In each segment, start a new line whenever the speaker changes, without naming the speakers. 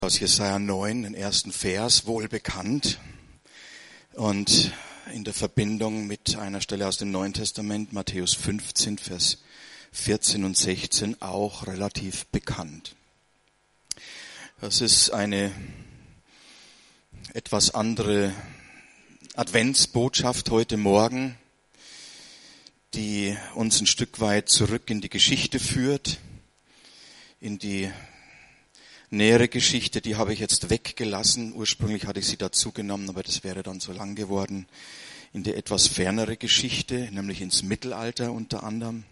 Aus Jesaja 9, den ersten Vers, wohl bekannt und in der Verbindung mit einer Stelle aus dem Neuen Testament, Matthäus 15, Vers 14 und 16, auch relativ bekannt. Das ist eine etwas andere Adventsbotschaft heute Morgen, die uns ein Stück weit zurück in die Geschichte führt, in die nähere Geschichte, die habe ich jetzt weggelassen. Ursprünglich hatte ich sie dazu genommen, aber das wäre dann so lang geworden. In die etwas fernere Geschichte, nämlich ins Mittelalter unter anderem.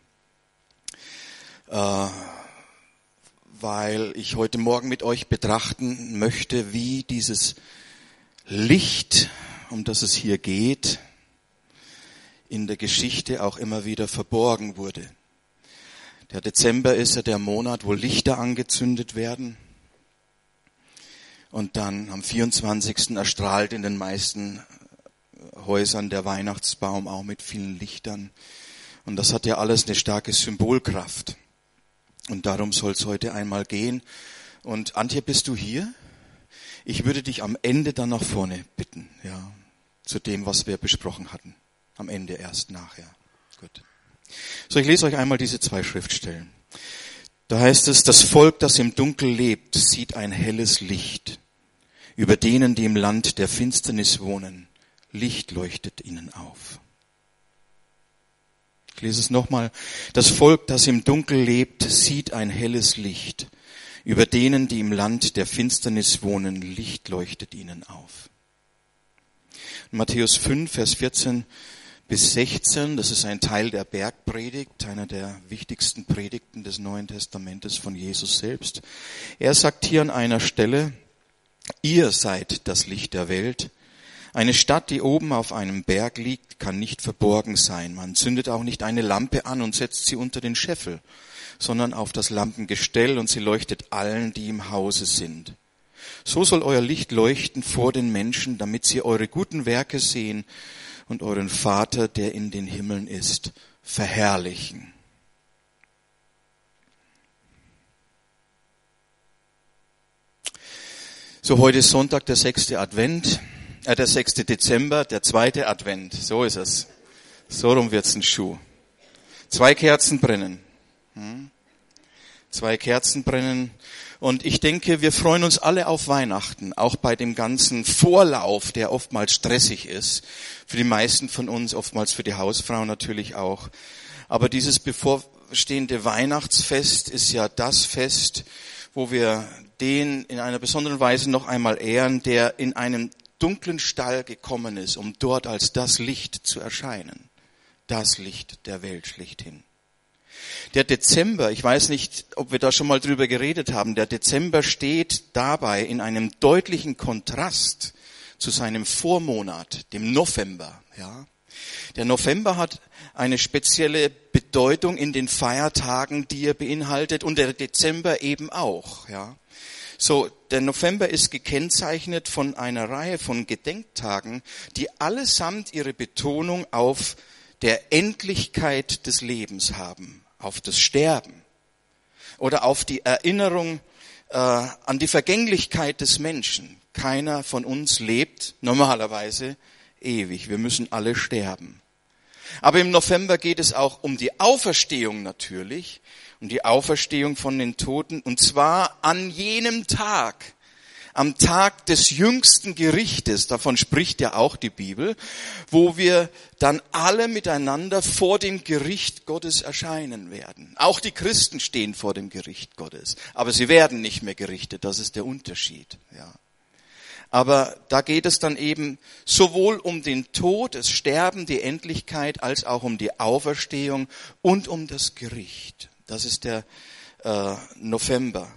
Weil ich heute Morgen mit euch betrachten möchte, wie dieses Licht, um das es hier geht, in der Geschichte auch immer wieder verborgen wurde. Der Dezember ist ja der Monat, wo Lichter angezündet werden. Und dann am 24. erstrahlt in den meisten Häusern der Weihnachtsbaum auch mit vielen Lichtern. Und das hat ja alles eine starke Symbolkraft. Und darum soll es heute einmal gehen. Und Antje, bist du hier? Ich würde dich am Ende dann nach vorne bitten, ja, zu dem, was wir besprochen hatten. Am Ende erst nachher. Gut. So, ich lese euch einmal diese zwei Schriftstellen. Da heißt es, das Volk, das im Dunkel lebt, sieht ein helles Licht. Über denen, die im Land der Finsternis wohnen, Licht leuchtet ihnen auf. Ich lese es nochmal. Das Volk, das im Dunkel lebt, sieht ein helles Licht. Über denen, die im Land der Finsternis wohnen, Licht leuchtet ihnen auf. Matthäus 5, Vers 14 bis 16, das ist ein Teil der Bergpredigt, einer der wichtigsten Predigten des Neuen Testamentes von Jesus selbst. Er sagt hier an einer Stelle, ihr seid das Licht der Welt. Eine Stadt, die oben auf einem Berg liegt, kann nicht verborgen sein. Man zündet auch nicht eine Lampe an und setzt sie unter den Scheffel, sondern auf das Lampengestell und sie leuchtet allen, die im Hause sind. So soll euer Licht leuchten vor den Menschen, damit sie eure guten Werke sehen und euren Vater, der in den Himmeln ist, verherrlichen. So, heute ist Sonntag, der 6. Dezember, der 2. Advent. So ist es. So rum wird's ein Schuh. 2 Kerzen brennen. 2 Kerzen brennen. Und ich denke, wir freuen uns alle auf Weihnachten, auch bei dem ganzen Vorlauf, der oftmals stressig ist. Für die meisten von uns, oftmals für die Hausfrau natürlich auch. Aber dieses bevorstehende Weihnachtsfest ist ja das Fest, wo wir den in einer besonderen Weise noch einmal ehren, der in einen dunklen Stall gekommen ist, um dort als das Licht zu erscheinen. Das Licht der Welt schlechthin. Der Dezember, ich weiß nicht, ob wir da schon mal drüber geredet haben, der Dezember steht dabei in einem deutlichen Kontrast zu seinem Vormonat, dem November. Ja. Der November hat eine spezielle Bedeutung in den Feiertagen, die er beinhaltet, und der Dezember eben auch. Ja. So, der November ist gekennzeichnet von einer Reihe von Gedenktagen, die allesamt ihre Betonung auf der Endlichkeit des Lebens haben, auf das Sterben oder auf die Erinnerung an die Vergänglichkeit des Menschen. Keiner von uns lebt normalerweise ewig. Wir müssen alle sterben. Aber im November geht es auch um die Auferstehung natürlich, um die Auferstehung von den Toten, und zwar an jenem Tag, am Tag des jüngsten Gerichtes, davon spricht ja auch die Bibel, wo wir dann alle miteinander vor dem Gericht Gottes erscheinen werden. Auch die Christen stehen vor dem Gericht Gottes, aber sie werden nicht mehr gerichtet, das ist der Unterschied. Ja. Aber da geht es dann eben sowohl um den Tod, das Sterben, die Endlichkeit, als auch um die Auferstehung und um das Gericht. Das ist der November.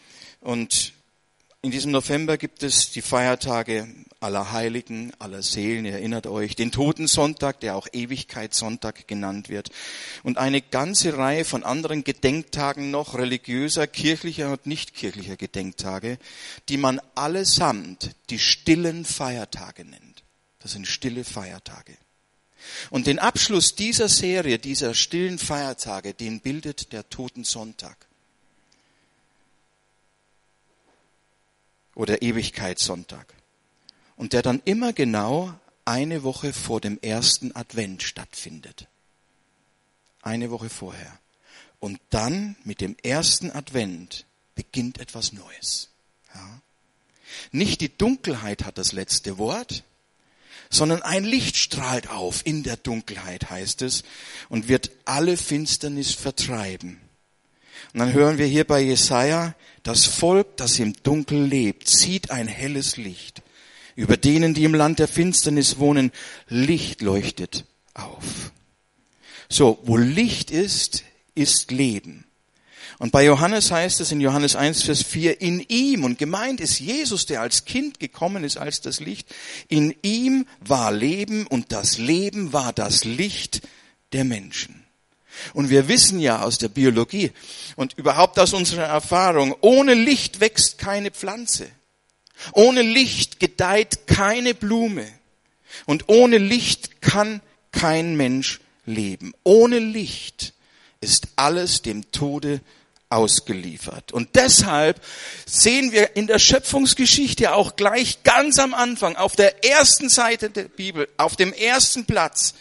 Und in diesem November gibt es die Feiertage aller Heiligen, aller Seelen, ihr erinnert euch, den Totensonntag, der auch Ewigkeitssonntag genannt wird, und eine ganze Reihe von anderen Gedenktagen noch, religiöser, kirchlicher und nicht kirchlicher Gedenktage, die man allesamt die stillen Feiertage nennt. Das sind stille Feiertage. Und den Abschluss dieser Serie, dieser stillen Feiertage, den bildet der Totensonntag. oder Ewigkeitssonntag. Und der dann immer genau eine Woche vor dem ersten Advent stattfindet. Eine Woche vorher. Und dann mit dem ersten Advent beginnt etwas Neues. Ja. Nicht die Dunkelheit hat das letzte Wort, sondern ein Licht strahlt auf in der Dunkelheit, heißt es, und wird alle Finsternis vertreiben. Und dann hören wir hier bei Jesaja, das Volk, das im Dunkel lebt, sieht ein helles Licht. Über denen, die im Land der Finsternis wohnen, Licht leuchtet auf. So, wo Licht ist, ist Leben. Und bei Johannes heißt es in Johannes 1, Vers 4, in ihm, und gemeint ist Jesus, der als Kind gekommen ist als das Licht, in ihm war Leben und das Leben war das Licht der Menschen. Und wir wissen ja aus der Biologie und überhaupt aus unserer Erfahrung, ohne Licht wächst keine Pflanze. Ohne Licht gedeiht keine Blume. Und ohne Licht kann kein Mensch leben. Ohne Licht ist alles dem Tode ausgeliefert. Und deshalb sehen wir in der Schöpfungsgeschichte auch gleich ganz am Anfang, auf der ersten Seite der Bibel, auf dem ersten Platz,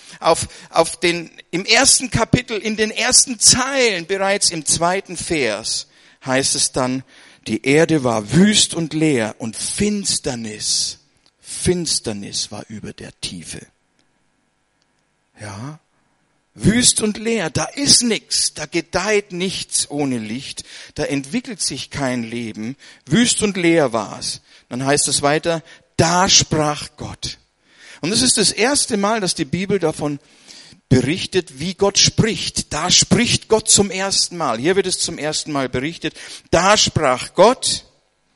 im ersten Kapitel, in den ersten Zeilen, bereits im 2. Vers, heißt es dann, die Erde war wüst und leer und Finsternis war über der Tiefe. Ja, wüst und leer, da ist nichts, da gedeiht nichts ohne Licht, da entwickelt sich kein Leben, wüst und leer war es. Dann heißt es weiter, da sprach Gott. Und es ist das erste Mal, dass die Bibel davon berichtet, wie Gott spricht. Da spricht Gott zum ersten Mal. Hier wird es zum ersten Mal berichtet. Da sprach Gott,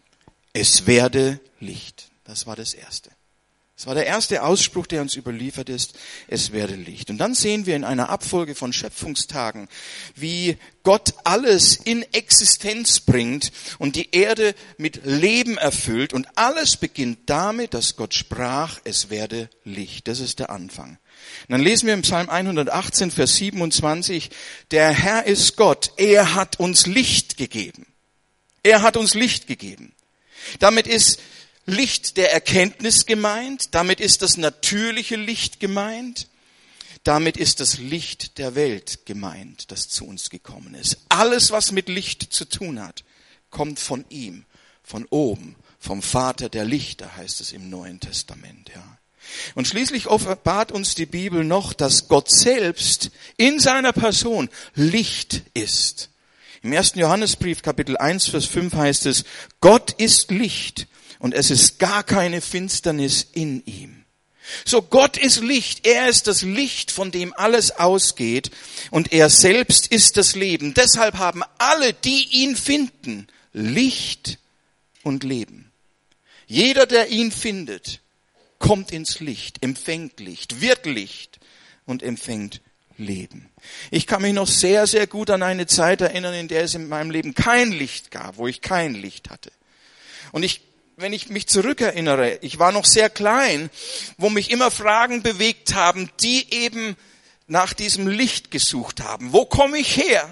es werde Licht. Das war das Erste. Das war der erste Ausspruch, der uns überliefert ist, es werde Licht. Und dann sehen wir in einer Abfolge von Schöpfungstagen, wie Gott alles in Existenz bringt und die Erde mit Leben erfüllt. Und alles beginnt damit, dass Gott sprach, es werde Licht. Das ist der Anfang. Und dann lesen wir im Psalm 118, Vers 27, der Herr ist Gott, er hat uns Licht gegeben. Er hat uns Licht gegeben. Damit ist Licht der Erkenntnis gemeint, damit ist das natürliche Licht gemeint, damit ist das Licht der Welt gemeint, das zu uns gekommen ist. Alles, was mit Licht zu tun hat, kommt von ihm, von oben, vom Vater der Lichter, heißt es im Neuen Testament, ja. Und schließlich offenbart uns die Bibel noch, dass Gott selbst in seiner Person Licht ist. Im 1. Johannesbrief, Kapitel 1, Vers 5 heißt es, Gott ist Licht und es ist gar keine Finsternis in ihm. So, Gott ist Licht, er ist das Licht, von dem alles ausgeht und er selbst ist das Leben. Deshalb haben alle, die ihn finden, Licht und Leben. Jeder, der ihn findet, kommt ins Licht, empfängt Licht, wird Licht und empfängt Leben. Ich kann mich noch sehr, sehr gut an eine Zeit erinnern, in der es in meinem Leben kein Licht gab, wo ich kein Licht hatte. Und wenn ich mich zurückerinnere, ich war noch sehr klein, wo mich immer Fragen bewegt haben, die eben nach diesem Licht gesucht haben. Wo komme ich her?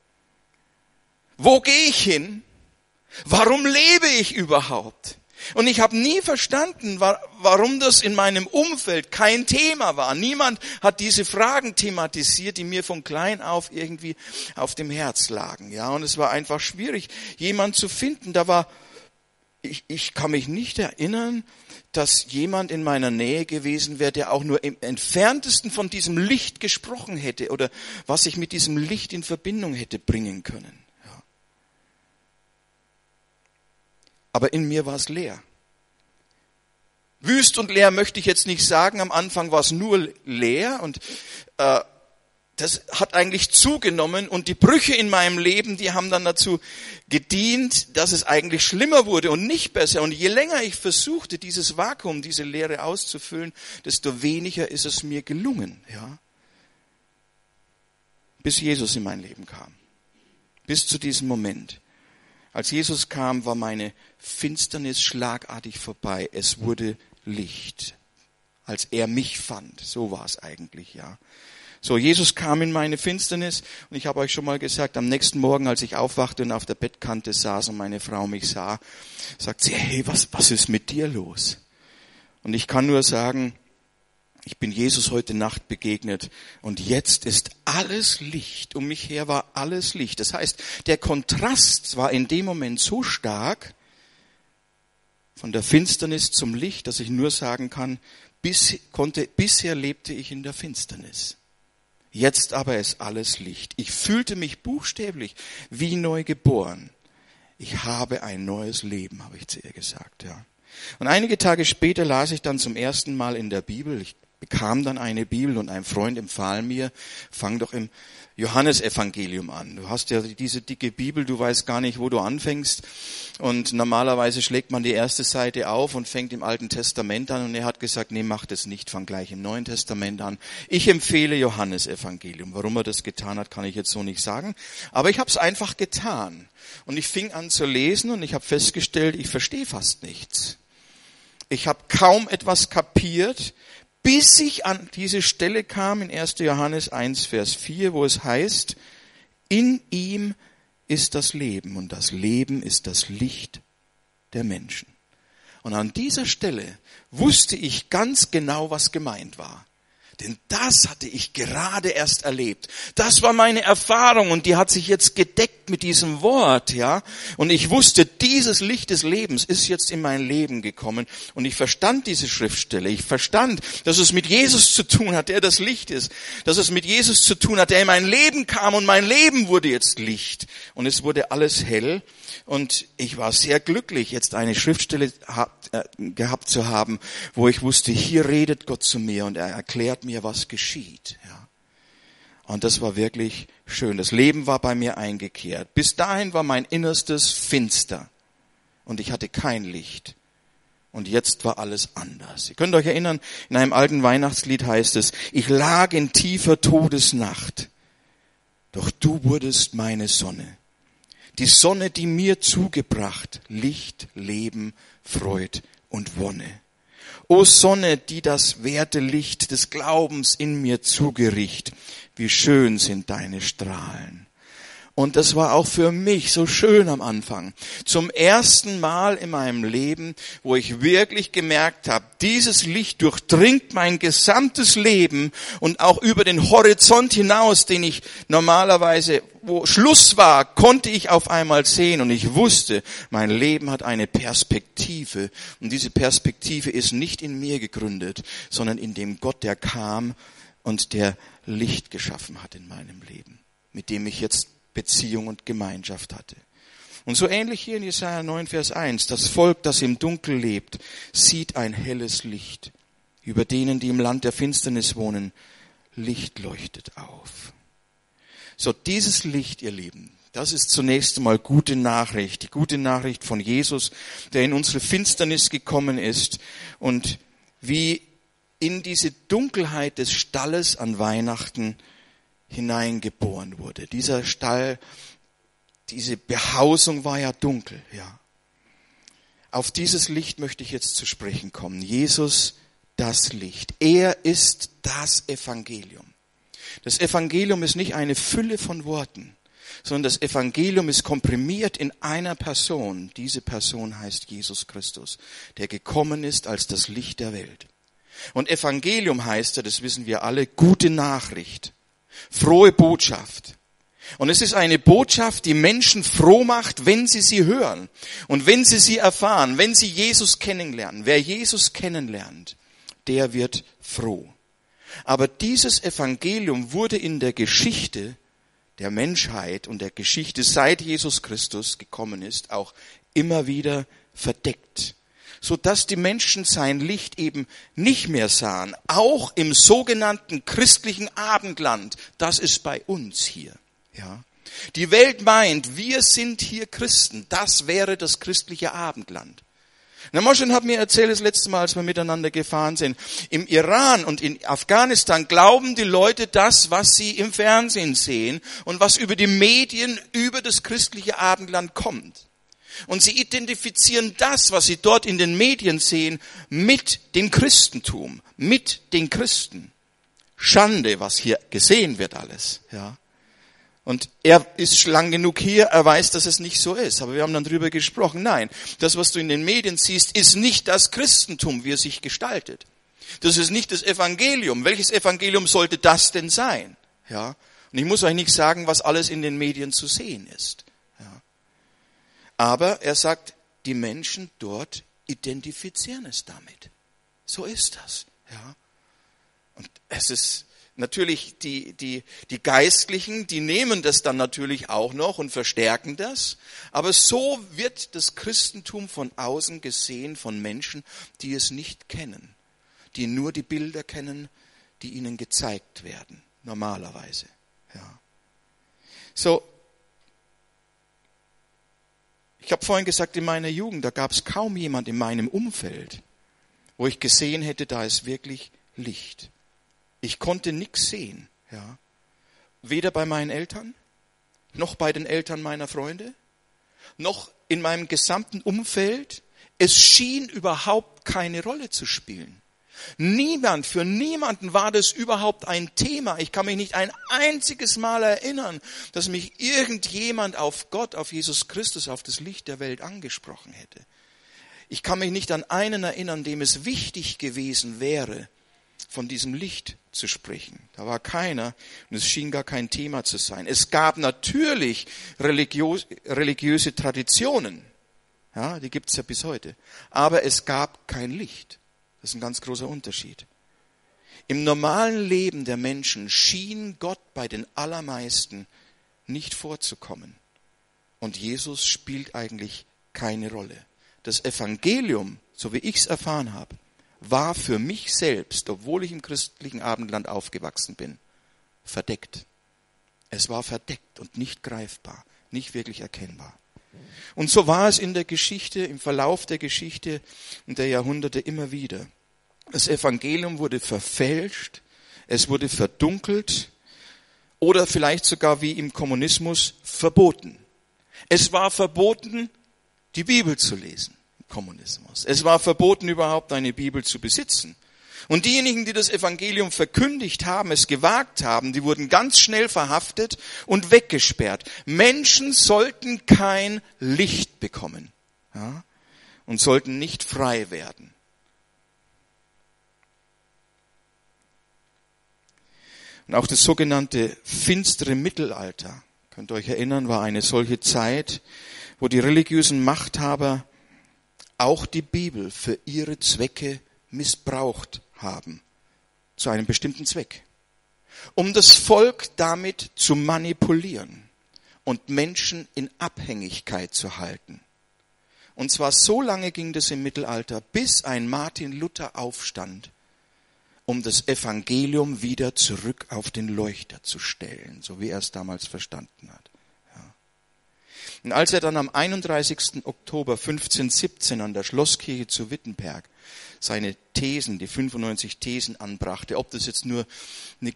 Wo gehe ich hin? Warum lebe ich überhaupt? Und ich habe nie verstanden, warum das in meinem Umfeld kein Thema war. Niemand hat diese Fragen thematisiert, die mir von klein auf irgendwie auf dem Herz lagen. Ja, und es war einfach schwierig, jemanden zu finden. Ich kann mich nicht erinnern, dass jemand in meiner Nähe gewesen wäre, der auch nur im Entferntesten von diesem Licht gesprochen hätte oder was ich mit diesem Licht in Verbindung hätte bringen können. Aber in mir war es leer. Wüst und leer möchte ich jetzt nicht sagen. Am Anfang war es nur leer und das hat eigentlich zugenommen. Und die Brüche in meinem Leben, die haben dann dazu gedient, dass es eigentlich schlimmer wurde und nicht besser. Und je länger ich versuchte, dieses Vakuum, diese Leere auszufüllen, desto weniger ist es mir gelungen. Ja, bis Jesus in mein Leben kam. Bis zu diesem Moment. Als Jesus kam, war meine Finsternis schlagartig vorbei. Es wurde Licht, als er mich fand. So war es eigentlich, ja. So, Jesus kam in meine Finsternis und ich habe euch schon mal gesagt, am nächsten Morgen, als ich aufwachte und auf der Bettkante saß und meine Frau mich sah, sagt sie, hey, was ist mit dir los? Und ich kann nur sagen, ich bin Jesus heute Nacht begegnet und jetzt ist alles Licht. Um mich her war alles Licht. Das heißt, der Kontrast war in dem Moment so stark von der Finsternis zum Licht, dass ich nur sagen kann, bisher lebte ich in der Finsternis. Jetzt aber ist alles Licht. Ich fühlte mich buchstäblich wie neu geboren. Ich habe ein neues Leben, habe ich zu ihr gesagt, ja. Und einige Tage später las ich dann zum ersten Mal in der Bibel. Ich bekam dann eine Bibel und ein Freund empfahl mir, fang doch im Johannesevangelium an. Du hast ja diese dicke Bibel, du weißt gar nicht, wo du anfängst. Und normalerweise schlägt man die erste Seite auf und fängt im Alten Testament an. Und er hat gesagt, nee, mach das nicht, fang gleich im Neuen Testament an. Ich empfehle Johannesevangelium. Warum er das getan hat, kann ich jetzt so nicht sagen. Aber ich habe es einfach getan. Und ich fing an zu lesen und ich habe festgestellt, ich verstehe fast nichts. Ich habe kaum etwas kapiert, bis ich an diese Stelle kam in 1. Johannes 1, Vers 4, wo es heißt, in ihm ist das Leben und das Leben ist das Licht der Menschen. Und an dieser Stelle wusste ich ganz genau, was gemeint war. Denn das hatte ich gerade erst erlebt. Das war meine Erfahrung und die hat sich jetzt gedeckt mit diesem Wort, ja. Und ich wusste, dieses Licht des Lebens ist jetzt in mein Leben gekommen und ich verstand diese Schriftstelle. Ich verstand, dass es mit Jesus zu tun hat, der das Licht ist. Dass es mit Jesus zu tun hat, der in mein Leben kam und mein Leben wurde jetzt Licht. Und es wurde alles hell. Und ich war sehr glücklich, jetzt eine Schriftstelle gehabt zu haben, wo ich wusste, hier redet Gott zu mir und er erklärt mir, was geschieht. Ja. Und das war wirklich schön. Das Leben war bei mir eingekehrt. Bis dahin war mein Innerstes finster und ich hatte kein Licht. Und jetzt war alles anders. Ihr könnt euch erinnern, in einem alten Weihnachtslied heißt es, ich lag in tiefer Todesnacht, doch du wurdest meine Sonne. Die Sonne, die mir zugebracht, Licht, Leben, Freud und Wonne. O Sonne, die das werte Licht des Glaubens in mir zugericht, wie schön sind deine Strahlen. Und das war auch für mich so schön am Anfang. Zum ersten Mal in meinem Leben, wo ich wirklich gemerkt habe, dieses Licht durchdringt mein gesamtes Leben und auch über den Horizont hinaus, den ich normalerweise, wo Schluss war, konnte ich auf einmal sehen und ich wusste, mein Leben hat eine Perspektive und diese Perspektive ist nicht in mir gegründet, sondern in dem Gott, der kam und der Licht geschaffen hat in meinem Leben, mit dem ich jetzt Beziehung und Gemeinschaft hatte. Und so ähnlich hier in Jesaja 9, Vers 1. Das Volk, das im Dunkel lebt, sieht ein helles Licht. Über denen, die im Land der Finsternis wohnen, Licht leuchtet auf. So, dieses Licht, ihr Lieben, das ist zunächst einmal gute Nachricht. Die gute Nachricht von Jesus, der in unsere Finsternis gekommen ist und wie in diese Dunkelheit des Stalles an Weihnachten hineingeboren wurde. Dieser Stall, diese Behausung war ja dunkel, ja. Auf dieses Licht möchte ich jetzt zu sprechen kommen. Jesus, das Licht. Er ist das Evangelium. Das Evangelium ist nicht eine Fülle von Worten, sondern das Evangelium ist komprimiert in einer Person. Diese Person heißt Jesus Christus, der gekommen ist als das Licht der Welt. Und Evangelium heißt ja, das wissen wir alle, gute Nachricht. Frohe Botschaft. Und es ist eine Botschaft, die Menschen froh macht, wenn sie sie hören und wenn sie sie erfahren, wenn sie Jesus kennenlernen. Wer Jesus kennenlernt, der wird froh. Aber dieses Evangelium wurde in der Geschichte der Menschheit und der Geschichte, seit Jesus Christus gekommen ist, auch immer wieder verdeckt, sodass die Menschen sein Licht eben nicht mehr sahen, auch im sogenannten christlichen Abendland. Das ist bei uns hier. Ja. Die Welt meint, wir sind hier Christen. Das wäre das christliche Abendland. Na, Moschen hat mir erzählt, das letzte Mal, als wir miteinander gefahren sind, im Iran und in Afghanistan glauben die Leute das, was sie im Fernsehen sehen und was über die Medien über das christliche Abendland kommt. Und sie identifizieren das, was sie dort in den Medien sehen, mit dem Christentum, mit den Christen. Schande, was hier gesehen wird alles, ja. Und er ist lang genug hier, er weiß, dass es nicht so ist. Aber wir haben dann drüber gesprochen. Nein, das, was du in den Medien siehst, ist nicht das Christentum, wie es sich gestaltet. Das ist nicht das Evangelium. Welches Evangelium sollte das denn sein? Ja. Und ich muss euch nicht sagen, was alles in den Medien zu sehen ist. Ja. Aber er sagt, die Menschen dort identifizieren es damit. So ist das. Ja. Und es ist natürlich die Geistlichen, die nehmen das dann natürlich auch noch und verstärken das. Aber so wird das Christentum von außen gesehen von Menschen, die es nicht kennen. Die nur die Bilder kennen, die ihnen gezeigt werden. Normalerweise. Ja. So. Ich habe vorhin gesagt, in meiner Jugend, da gab es kaum jemand in meinem Umfeld, wo ich gesehen hätte, da ist wirklich Licht. Ich konnte nichts sehen, ja. Weder bei meinen Eltern, noch bei den Eltern meiner Freunde, noch in meinem gesamten Umfeld. Es schien überhaupt keine Rolle zu spielen. Für niemanden war das überhaupt ein Thema. Ich kann mich nicht ein einziges Mal erinnern, dass mich irgendjemand auf Gott, auf Jesus Christus, auf das Licht der Welt angesprochen hätte. Ich kann mich nicht an einen erinnern, dem es wichtig gewesen wäre, von diesem Licht zu sprechen. Da war keiner und es schien gar kein Thema zu sein. Es gab natürlich religiöse Traditionen, ja, die gibt es ja bis heute, aber es gab kein Licht. Das ist ein ganz großer Unterschied. Im normalen Leben der Menschen schien Gott bei den allermeisten nicht vorzukommen. Und Jesus spielt eigentlich keine Rolle. Das Evangelium, so wie ich es erfahren habe, war für mich selbst, obwohl ich im christlichen Abendland aufgewachsen bin, verdeckt. Es war verdeckt und nicht greifbar, nicht wirklich erkennbar. Und so war es in der Geschichte, im Verlauf der Geschichte und der Jahrhunderte immer wieder. Das Evangelium wurde verfälscht, es wurde verdunkelt oder vielleicht sogar wie im Kommunismus verboten. Es war verboten, die Bibel zu lesen. Kommunismus. Es war verboten, überhaupt eine Bibel zu besitzen. Und diejenigen, die das Evangelium verkündigt haben, es gewagt haben, die wurden ganz schnell verhaftet und weggesperrt. Menschen sollten kein Licht bekommen, ja, und sollten nicht frei werden. Und auch das sogenannte finstere Mittelalter, könnt ihr euch erinnern, war eine solche Zeit, wo die religiösen Machthaber auch die Bibel für ihre Zwecke missbraucht haben. Zu einem bestimmten Zweck. Um das Volk damit zu manipulieren und Menschen in Abhängigkeit zu halten. Und zwar so lange ging das im Mittelalter, bis ein Martin Luther aufstand, um das Evangelium wieder zurück auf den Leuchter zu stellen, so wie er es damals verstanden hat. Und als er dann am 31. Oktober 1517 an der Schlosskirche zu Wittenberg seine Thesen, die 95 Thesen anbrachte, ob das jetzt nur eine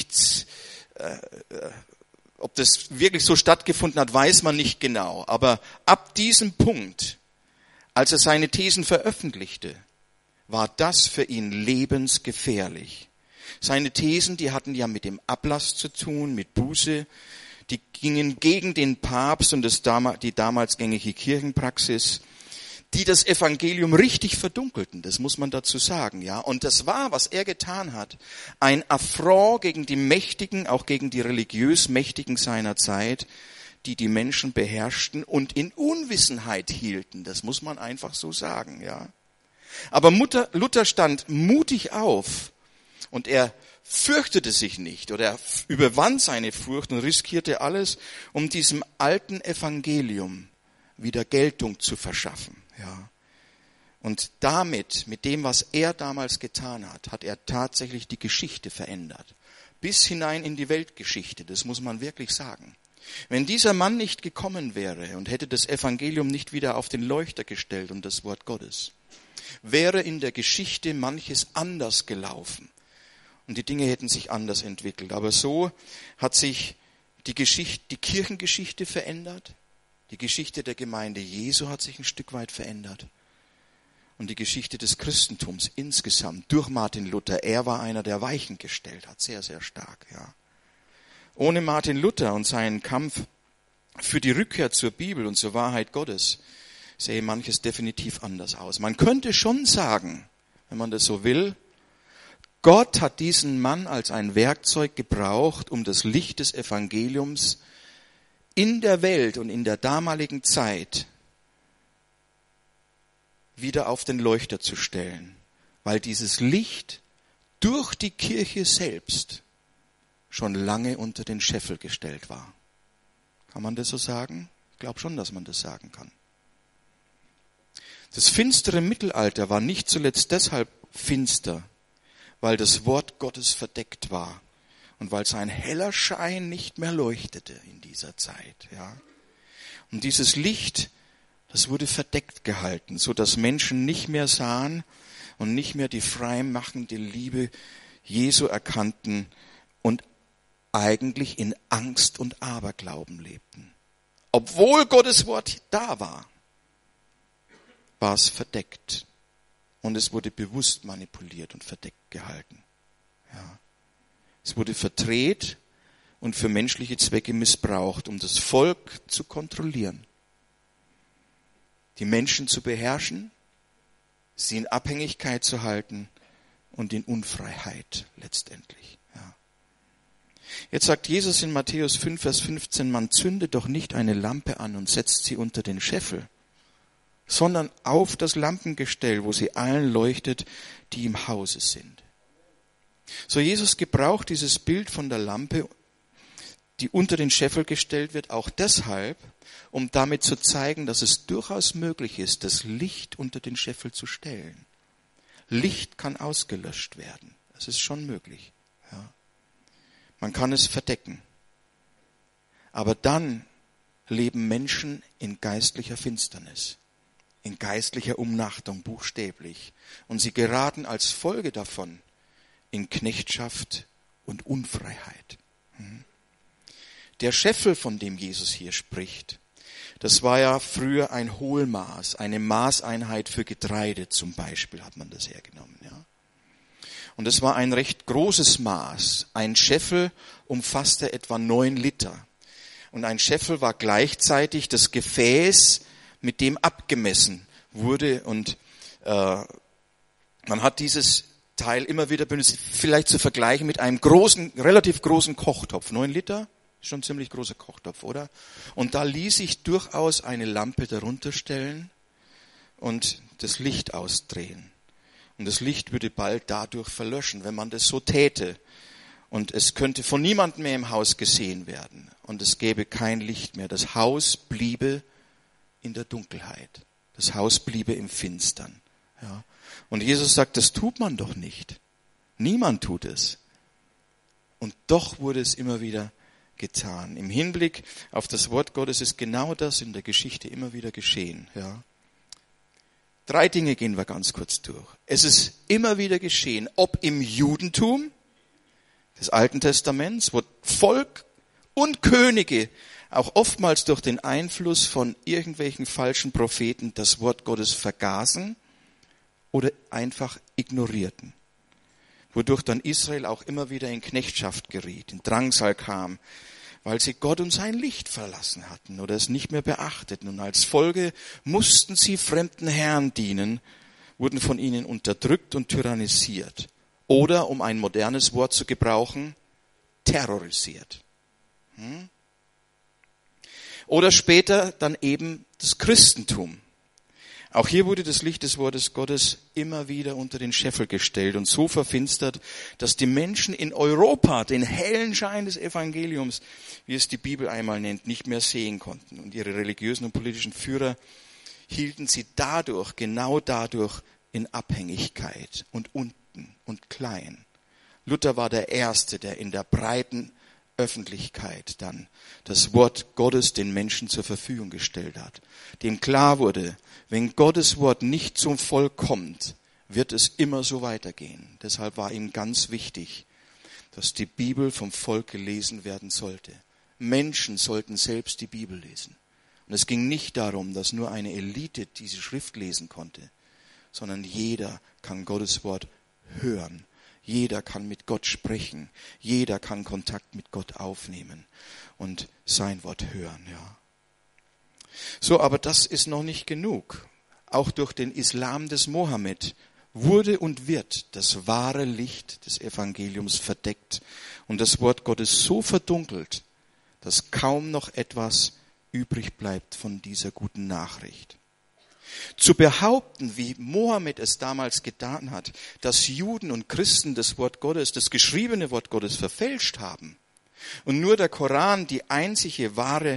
ob das wirklich so stattgefunden hat, weiß man nicht genau. Aber ab diesem Punkt, als er seine Thesen veröffentlichte, war das für ihn lebensgefährlich. Seine Thesen, die hatten ja mit dem Ablass zu tun, mit Buße, die gingen gegen den Papst und die damals gängige Kirchenpraxis, die das Evangelium richtig verdunkelten, das muss man dazu sagen, ja. Und das war, was er getan hat, ein Affront gegen die Mächtigen, auch gegen die religiös Mächtigen seiner Zeit, die die Menschen beherrschten und in Unwissenheit hielten. Das muss man einfach so sagen, ja. Aber Luther stand mutig auf und er fürchtete sich nicht oder er überwand seine Furcht und riskierte alles, um diesem alten Evangelium wieder Geltung zu verschaffen. Ja. Und damit, mit dem, was er damals getan hat, hat er tatsächlich die Geschichte verändert. Bis hinein in die Weltgeschichte, das muss man wirklich sagen. Wenn dieser Mann nicht gekommen wäre und hätte das Evangelium nicht wieder auf den Leuchter gestellt und das Wort Gottes, wäre in der Geschichte manches anders gelaufen. Und die Dinge hätten sich anders entwickelt. Aber so hat sich die Kirchengeschichte verändert. Die Geschichte der Gemeinde Jesu hat sich ein Stück weit verändert. und die Geschichte des Christentums insgesamt durch Martin Luther. Er war einer, der Weichen gestellt hat, sehr, sehr stark. Ja. Ohne Martin Luther und seinen Kampf für die Rückkehr zur Bibel und zur Wahrheit Gottes sähe manches definitiv anders aus. Man könnte schon sagen, wenn man das so will, Gott hat diesen Mann als ein Werkzeug gebraucht, um das Licht des Evangeliums in der Welt und in der damaligen Zeit wieder auf den Leuchter zu stellen, weil dieses Licht durch die Kirche selbst schon lange unter den Scheffel gestellt war. Kann man das so sagen? Ich glaube schon, dass man das sagen kann. Das finstere Mittelalter war nicht zuletzt deshalb finster, weil das Wort Gottes verdeckt war und weil sein heller Schein nicht mehr leuchtete in dieser Zeit. Ja. Und dieses Licht, das wurde verdeckt gehalten, so dass Menschen nicht mehr sahen und nicht mehr die freimachende Liebe Jesu erkannten und eigentlich in Angst und Aberglauben lebten. Obwohl Gottes Wort da war, war es verdeckt. Und es wurde bewusst manipuliert und verdeckt gehalten. Ja. Es wurde verdreht und für menschliche Zwecke missbraucht, um das Volk zu kontrollieren. Die Menschen zu beherrschen, sie in Abhängigkeit zu halten und in Unfreiheit letztendlich. Ja. Jetzt sagt Jesus in Matthäus 5, Vers 15, man zündet doch nicht eine Lampe an und setzt sie unter den Scheffel, sondern auf das Lampengestell, wo sie allen leuchtet, die im Hause sind. So, Jesus gebraucht dieses Bild von der Lampe, die unter den Scheffel gestellt wird, auch deshalb, um damit zu zeigen, dass es durchaus möglich ist, das Licht unter den Scheffel zu stellen. Licht kann ausgelöscht werden. Das ist schon möglich. Ja. Man kann es verdecken. Aber dann leben Menschen in geistlicher Finsternis, in geistlicher Umnachtung, buchstäblich. Und sie geraten als Folge davon in Knechtschaft und Unfreiheit. Der Scheffel, von dem Jesus hier spricht, das war ja früher ein Hohlmaß, eine Maßeinheit für Getreide zum Beispiel hat man das hergenommen. Ja. Und es war ein recht großes Maß. Ein Scheffel umfasste etwa 9 Liter. Und ein Scheffel war gleichzeitig das Gefäß, mit dem abgemessen wurde. Und man hat dieses Teil immer wieder benutzt, vielleicht zu vergleichen mit einem großen, relativ großen Kochtopf. 9 Liter, schon ein ziemlich großer Kochtopf, oder? Und da ließ sich durchaus eine Lampe darunter stellen und das Licht ausdrehen. Und das Licht würde bald dadurch verlöschen, wenn man das so täte. Und es könnte von niemandem mehr im Haus gesehen werden. Und es gäbe kein Licht mehr. Das Haus bliebe in der Dunkelheit. Das Haus bliebe im Finstern. Ja. Und Jesus sagt, das tut man doch nicht. Niemand tut es. Und doch wurde es immer wieder getan. Im Hinblick auf das Wort Gottes ist genau das in der Geschichte immer wieder geschehen. Ja. 3 Dinge gehen wir ganz kurz durch. Es ist immer wieder geschehen, ob im Judentum des Alten Testaments, wo Volk und Könige auch oftmals durch den Einfluss von irgendwelchen falschen Propheten das Wort Gottes vergaßen oder einfach ignorierten. Wodurch dann Israel auch immer wieder in Knechtschaft geriet, in Drangsal kam, weil sie Gott und sein Licht verlassen hatten oder es nicht mehr beachteten. Und als Folge mussten sie fremden Herren dienen, wurden von ihnen unterdrückt und tyrannisiert. Oder, um ein modernes Wort zu gebrauchen, terrorisiert. Oder später dann eben das Christentum. Auch hier wurde das Licht des Wortes Gottes immer wieder unter den Scheffel gestellt und so verfinstert, dass die Menschen in Europa den hellen Schein des Evangeliums, wie es die Bibel einmal nennt, nicht mehr sehen konnten. Und ihre religiösen und politischen Führer hielten sie dadurch, genau dadurch, in Abhängigkeit und unten und klein. Luther war der Erste, der in der breiten Öffentlichkeit dann das Wort Gottes den Menschen zur Verfügung gestellt hat. Dem klar wurde, wenn Gottes Wort nicht zum Volk kommt, wird es immer so weitergehen. Deshalb war ihm ganz wichtig, dass die Bibel vom Volk gelesen werden sollte. Menschen sollten selbst die Bibel lesen. Und es ging nicht darum, dass nur eine Elite diese Schrift lesen konnte, sondern jeder kann Gottes Wort hören. Jeder kann mit Gott sprechen. Jeder kann Kontakt mit Gott aufnehmen und sein Wort hören. Ja. So, aber das ist noch nicht genug. Auch durch den Islam des Mohammed wurde und wird das wahre Licht des Evangeliums verdeckt und das Wort Gottes so verdunkelt, dass kaum noch etwas übrig bleibt von dieser guten Nachricht. Zu behaupten, wie Mohammed es damals getan hat, dass Juden und Christen das Wort Gottes, das geschriebene Wort Gottes verfälscht haben und nur der Koran das einzig wahre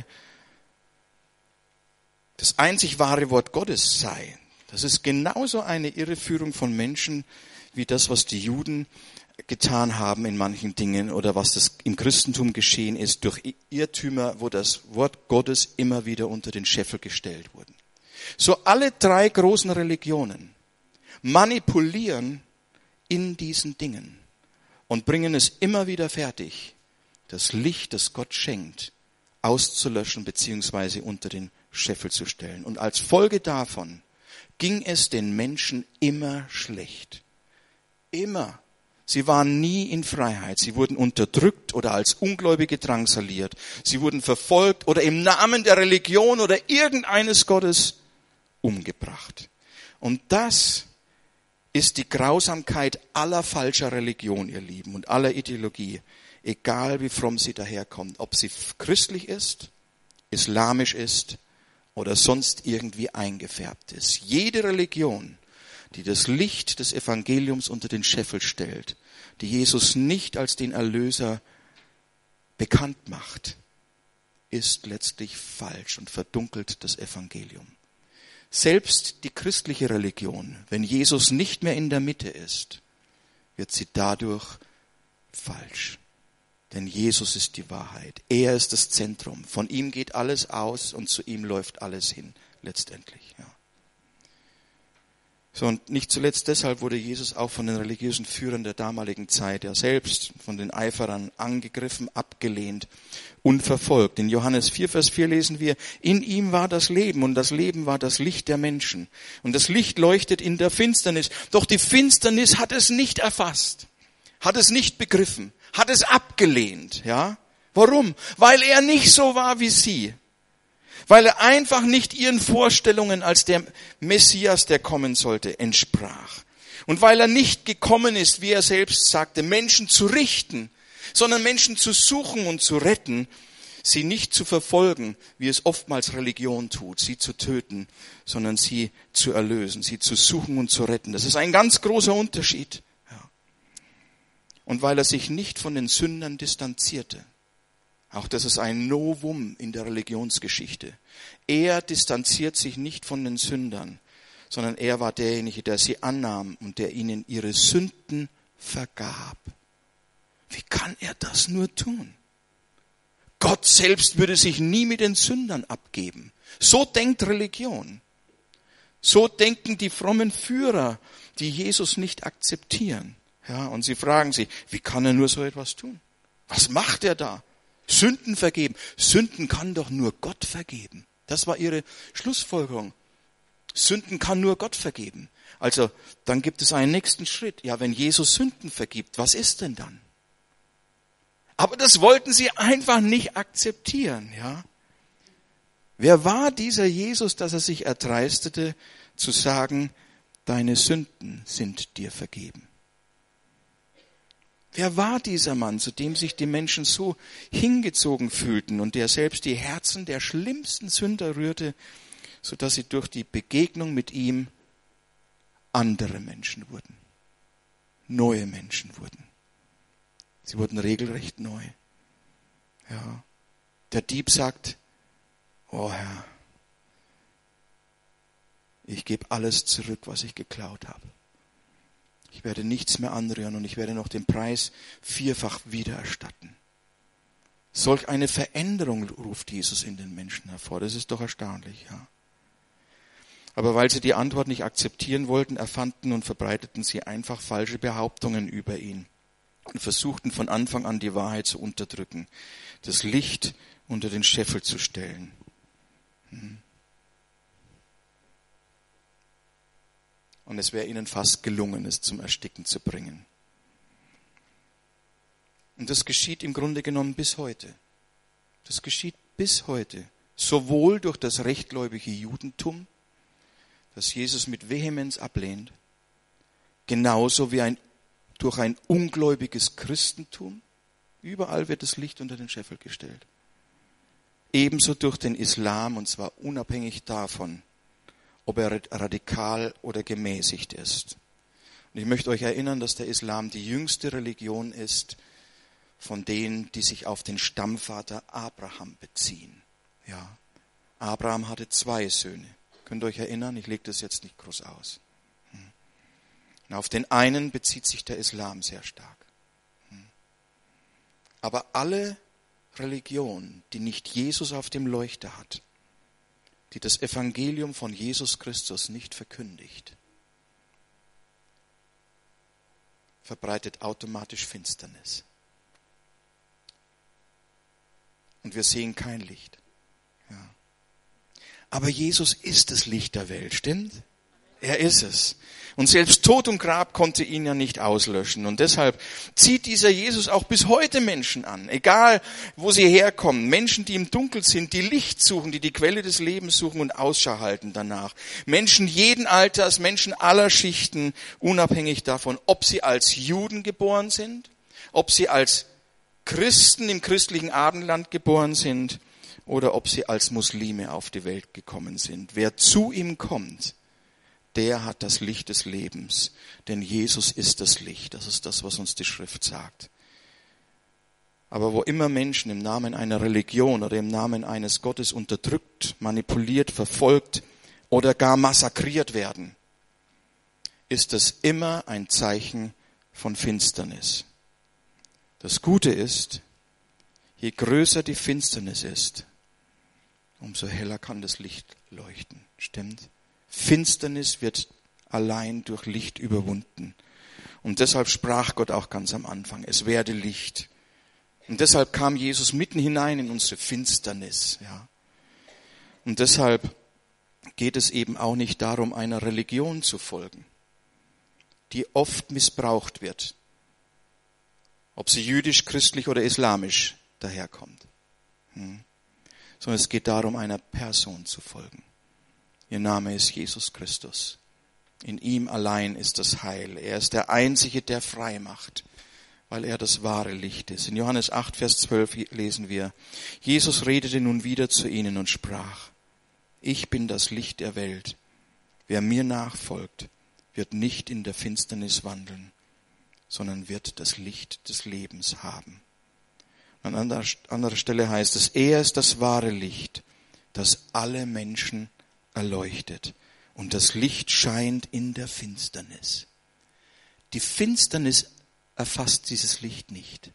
Wort Gottes sei, das ist genauso eine Irreführung von Menschen wie das, was die Juden getan haben in manchen Dingen oder was das im Christentum geschehen ist durch Irrtümer, wo das Wort Gottes immer wieder unter den Scheffel gestellt wurde. So alle drei großen Religionen manipulieren in diesen Dingen und bringen es immer wieder fertig, das Licht, das Gott schenkt, auszulöschen bzw. unter den Scheffel zu stellen. Und als Folge davon ging es den Menschen immer schlecht. Immer. Sie waren nie in Freiheit. Sie wurden unterdrückt oder als Ungläubige drangsaliert. Sie wurden verfolgt oder im Namen der Religion oder irgendeines Gottes umgebracht. Und das ist die Grausamkeit aller falscher Religion, ihr Lieben, und aller Ideologie. Egal wie fromm sie daherkommt. Ob sie christlich ist, islamisch ist oder sonst irgendwie eingefärbt ist. Jede Religion, die das Licht des Evangeliums unter den Scheffel stellt, die Jesus nicht als den Erlöser bekannt macht, ist letztlich falsch und verdunkelt das Evangelium. Selbst die christliche Religion, wenn Jesus nicht mehr in der Mitte ist, wird sie dadurch falsch. Denn Jesus ist die Wahrheit. Er ist das Zentrum. Von ihm geht alles aus und zu ihm läuft alles hin, letztendlich. Ja. So, und nicht zuletzt deshalb wurde Jesus auch von den religiösen Führern der damaligen Zeit, ja selbst von den Eiferern angegriffen, abgelehnt und verfolgt. In Johannes 4, Vers 4 lesen wir, in ihm war das Leben und das Leben war das Licht der Menschen. Und das Licht leuchtet in der Finsternis. Doch die Finsternis hat es nicht erfasst, hat es nicht begriffen, hat es abgelehnt. Ja? Warum? Weil er nicht so war wie sie. Weil er einfach nicht ihren Vorstellungen als der Messias, der kommen sollte, entsprach. Und weil er nicht gekommen ist, wie er selbst sagte, Menschen zu richten, sondern Menschen zu suchen und zu retten, sie nicht zu verfolgen, wie es oftmals Religion tut, sie zu töten, sondern sie zu erlösen, sie zu suchen und zu retten. Das ist ein ganz großer Unterschied. Ja. Und weil er sich nicht von den Sündern distanzierte. Auch das ist ein Novum in der Religionsgeschichte. Er distanziert sich nicht von den Sündern, sondern er war derjenige, der sie annahm und der ihnen ihre Sünden vergab. Wie kann er das nur tun? Gott selbst würde sich nie mit den Sündern abgeben. So denkt Religion. So denken die frommen Führer, die Jesus nicht akzeptieren. Ja, und sie fragen sich, wie kann er nur so etwas tun? Was macht er da? Sünden vergeben. Sünden kann doch nur Gott vergeben. Das war ihre Schlussfolgerung. Sünden kann nur Gott vergeben. Also, dann gibt es einen nächsten Schritt. Ja, wenn Jesus Sünden vergibt, was ist denn dann? Aber das wollten sie einfach nicht akzeptieren, ja. Wer war dieser Jesus, dass er sich erdreistete, zu sagen, deine Sünden sind dir vergeben? Wer war dieser Mann, zu dem sich die Menschen so hingezogen fühlten und der selbst die Herzen der schlimmsten Sünder rührte, sodass sie durch die Begegnung mit ihm andere Menschen wurden, neue Menschen wurden. Sie wurden regelrecht neu. Ja. Der Dieb sagt, oh Herr, ich gebe alles zurück, was ich geklaut habe. Ich werde nichts mehr anrühren und ich werde noch den Preis vierfach wiedererstatten. Solch eine Veränderung ruft Jesus in den Menschen hervor. Das ist doch erstaunlich, ja. Aber weil sie die Antwort nicht akzeptieren wollten, erfanden und verbreiteten sie einfach falsche Behauptungen über ihn und versuchten von Anfang an die Wahrheit zu unterdrücken, das Licht unter den Scheffel zu stellen. Und es wäre ihnen fast gelungen, es zum Ersticken zu bringen. Und das geschieht im Grunde genommen bis heute. Das geschieht bis heute. Sowohl durch das rechtgläubige Judentum, das Jesus mit Vehemenz ablehnt, genauso wie durch ein ungläubiges Christentum. Überall wird das Licht unter den Scheffel gestellt. Ebenso durch den Islam, und zwar unabhängig davon, ob er radikal oder gemäßigt ist. Und ich möchte euch erinnern, dass der Islam die jüngste Religion ist von denen, die sich auf den Stammvater Abraham beziehen. Ja, Abraham hatte 2 Söhne. Könnt ihr euch erinnern? Ich lege das jetzt nicht groß aus. Und auf den einen bezieht sich der Islam sehr stark. Aber alle Religion, die nicht Jesus auf dem Leuchter hat, die das Evangelium von Jesus Christus nicht verkündigt, verbreitet automatisch Finsternis. Und wir sehen kein Licht. Ja. Aber Jesus ist das Licht der Welt, stimmt? Er ist es. Und selbst Tod und Grab konnte ihn ja nicht auslöschen. Und deshalb zieht dieser Jesus auch bis heute Menschen an. Egal, wo sie herkommen. Menschen, die im Dunkel sind, die Licht suchen, die die Quelle des Lebens suchen und Ausschau halten danach. Menschen jeden Alters, Menschen aller Schichten, unabhängig davon, ob sie als Juden geboren sind, ob sie als Christen im christlichen Abendland geboren sind oder ob sie als Muslime auf die Welt gekommen sind. Wer zu ihm kommt, der hat das Licht des Lebens, denn Jesus ist das Licht. Das ist das, was uns die Schrift sagt. Aber wo immer Menschen im Namen einer Religion oder im Namen eines Gottes unterdrückt, manipuliert, verfolgt oder gar massakriert werden, ist das immer ein Zeichen von Finsternis. Das Gute ist, je größer die Finsternis ist, umso heller kann das Licht leuchten. Stimmt? Finsternis wird allein durch Licht überwunden. Und deshalb sprach Gott auch ganz am Anfang, es werde Licht. Und deshalb kam Jesus mitten hinein in unsere Finsternis. Ja. Und deshalb geht es eben auch nicht darum, einer Religion zu folgen, die oft missbraucht wird. Ob sie jüdisch, christlich oder islamisch daherkommt. Sondern es geht darum, einer Person zu folgen. Ihr Name ist Jesus Christus. In ihm allein ist das Heil. Er ist der Einzige, der frei macht, weil er das wahre Licht ist. In Johannes 8, Vers 12 lesen wir, Jesus redete nun wieder zu ihnen und sprach, ich bin das Licht der Welt. Wer mir nachfolgt, wird nicht in der Finsternis wandeln, sondern wird das Licht des Lebens haben. An anderer Stelle heißt es, er ist das wahre Licht, das alle Menschen erleuchtet. Und das Licht scheint in der Finsternis. Die Finsternis erfasst dieses Licht nicht.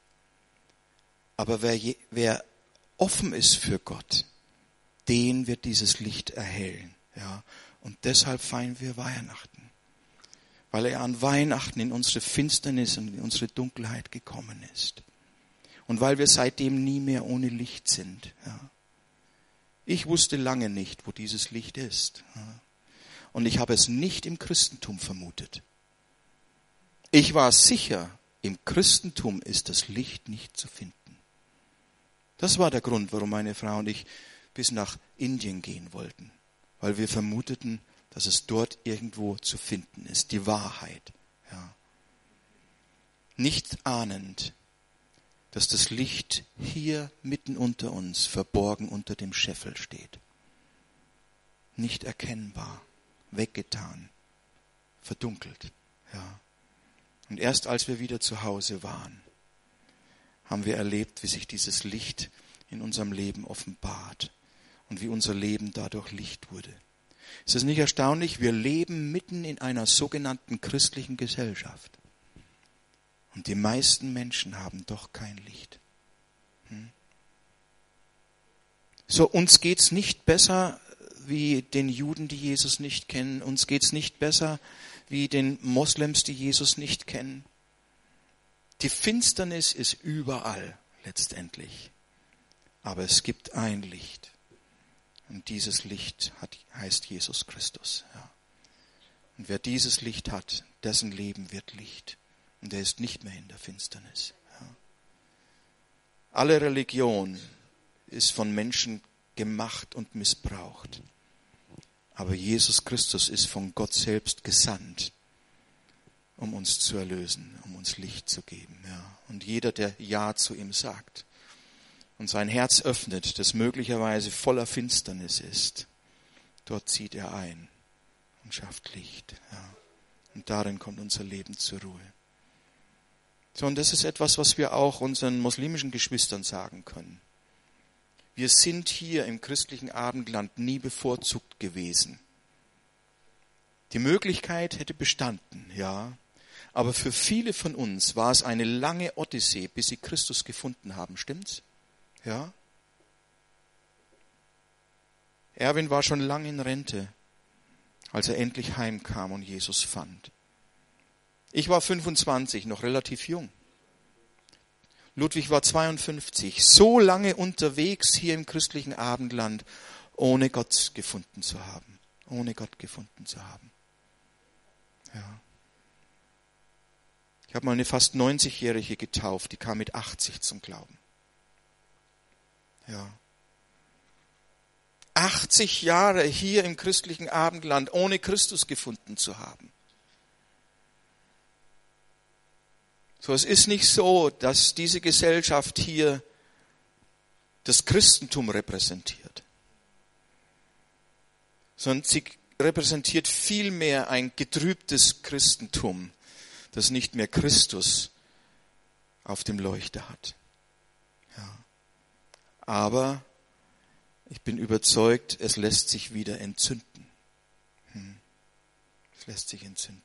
Aber wer offen ist für Gott, den wird dieses Licht erhellen. Ja? Und deshalb feiern wir Weihnachten. Weil er an Weihnachten in unsere Finsternis und in unsere Dunkelheit gekommen ist. Und weil wir seitdem nie mehr ohne Licht sind. Ja. Ich wusste lange nicht, wo dieses Licht ist. Ja. Und ich habe es nicht im Christentum vermutet. Ich war sicher, im Christentum ist das Licht nicht zu finden. Das war der Grund, warum meine Frau und ich bis nach Indien gehen wollten. Weil wir vermuteten, dass es dort irgendwo zu finden ist, die Wahrheit. Ja. Nicht ahnend, dass das Licht hier mitten unter uns, verborgen unter dem Scheffel steht. Nicht erkennbar, weggetan, verdunkelt. Ja. Und erst als wir wieder zu Hause waren, haben wir erlebt, wie sich dieses Licht in unserem Leben offenbart und wie unser Leben dadurch Licht wurde. Ist es nicht erstaunlich? Wir leben mitten in einer sogenannten christlichen Gesellschaft. Und die meisten Menschen haben doch kein Licht. So, uns geht's nicht besser wie den Juden, die Jesus nicht kennen. Uns geht's nicht besser wie den Moslems, die Jesus nicht kennen. Die Finsternis ist überall letztendlich. Aber es gibt ein Licht. Und dieses Licht heißt Jesus Christus. Ja. Und wer dieses Licht hat, dessen Leben wird Licht. Und er ist nicht mehr in der Finsternis. Ja. Alle Religion ist von Menschen gemacht und missbraucht. Aber Jesus Christus ist von Gott selbst gesandt, um uns zu erlösen, um uns Licht zu geben. Ja. Und jeder, der Ja zu ihm sagt und sein Herz öffnet, das möglicherweise voller Finsternis ist, dort zieht er ein und schafft Licht. Ja. Und darin kommt unser Leben zur Ruhe. So, und das ist etwas, was wir auch unseren muslimischen Geschwistern sagen können. Wir sind hier im christlichen Abendland nie bevorzugt gewesen. Die Möglichkeit hätte bestanden, ja. Aber für viele von uns war es eine lange Odyssee, bis sie Christus gefunden haben. Stimmt's? Ja. Erwin war schon lange in Rente, als er endlich heimkam und Jesus fand. Ich war 25, noch relativ jung. Ludwig war 52, so lange unterwegs hier im christlichen Abendland, ohne Gott gefunden zu haben. Ohne Gott gefunden zu haben. Ja. Ich habe mal eine fast 90-Jährige getauft, die kam mit 80 zum Glauben. Ja. 80 Jahre hier im christlichen Abendland, ohne Christus gefunden zu haben. So, es ist nicht so, dass diese Gesellschaft hier das Christentum repräsentiert, sondern sie repräsentiert vielmehr ein getrübtes Christentum, das nicht mehr Christus auf dem Leuchter hat. Ja. Aber ich bin überzeugt, es lässt sich wieder entzünden. Es lässt sich entzünden.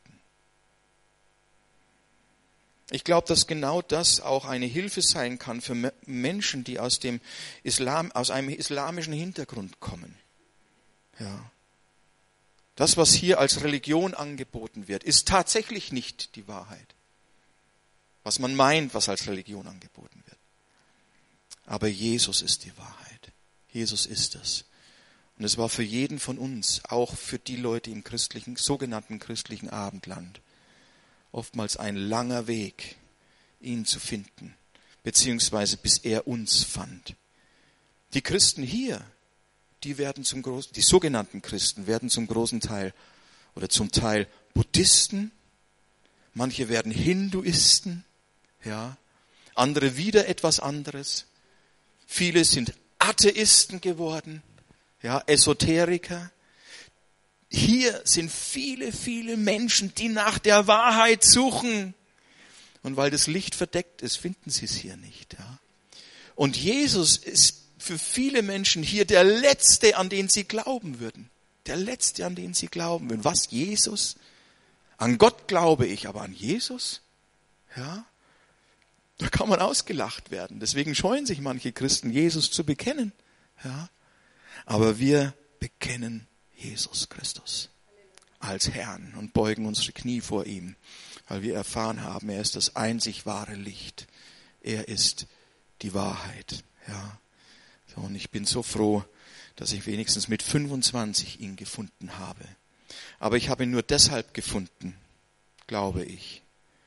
Ich glaube, dass genau das auch eine Hilfe sein kann für Menschen, die aus einem islamischen Hintergrund kommen. Ja. Das, was hier als Religion angeboten wird, ist tatsächlich nicht die Wahrheit. Was man meint, was als Religion angeboten wird. Aber Jesus ist die Wahrheit. Jesus ist es. Und es war für jeden von uns, auch für die Leute im sogenannten christlichen Abendland, oftmals ein langer Weg, ihn zu finden, beziehungsweise bis er uns fand. Die Christen hier, die sogenannten Christen werden zum großen Teil oder zum Teil Buddhisten, manche werden Hinduisten, ja, andere wieder etwas anderes. Viele sind Atheisten geworden, ja, Esoteriker. Hier sind viele, viele Menschen, die nach der Wahrheit suchen. Und weil das Licht verdeckt ist, finden sie es hier nicht. Ja. Und Jesus ist für viele Menschen hier der Letzte, an den sie glauben würden. Der Letzte, an den sie glauben würden. Was? Jesus? An Gott glaube ich, aber an Jesus? Ja. Da kann man ausgelacht werden. Deswegen scheuen sich manche Christen, Jesus zu bekennen. Ja. Aber wir bekennen Jesus Christus als Herrn und beugen unsere Knie vor ihm, weil wir erfahren haben, er ist das einzig wahre Licht. Er ist die Wahrheit. Ja. So, und ich bin so froh, dass ich wenigstens mit 25 ihn gefunden habe. Aber ich habe ihn nur deshalb gefunden, glaube ich,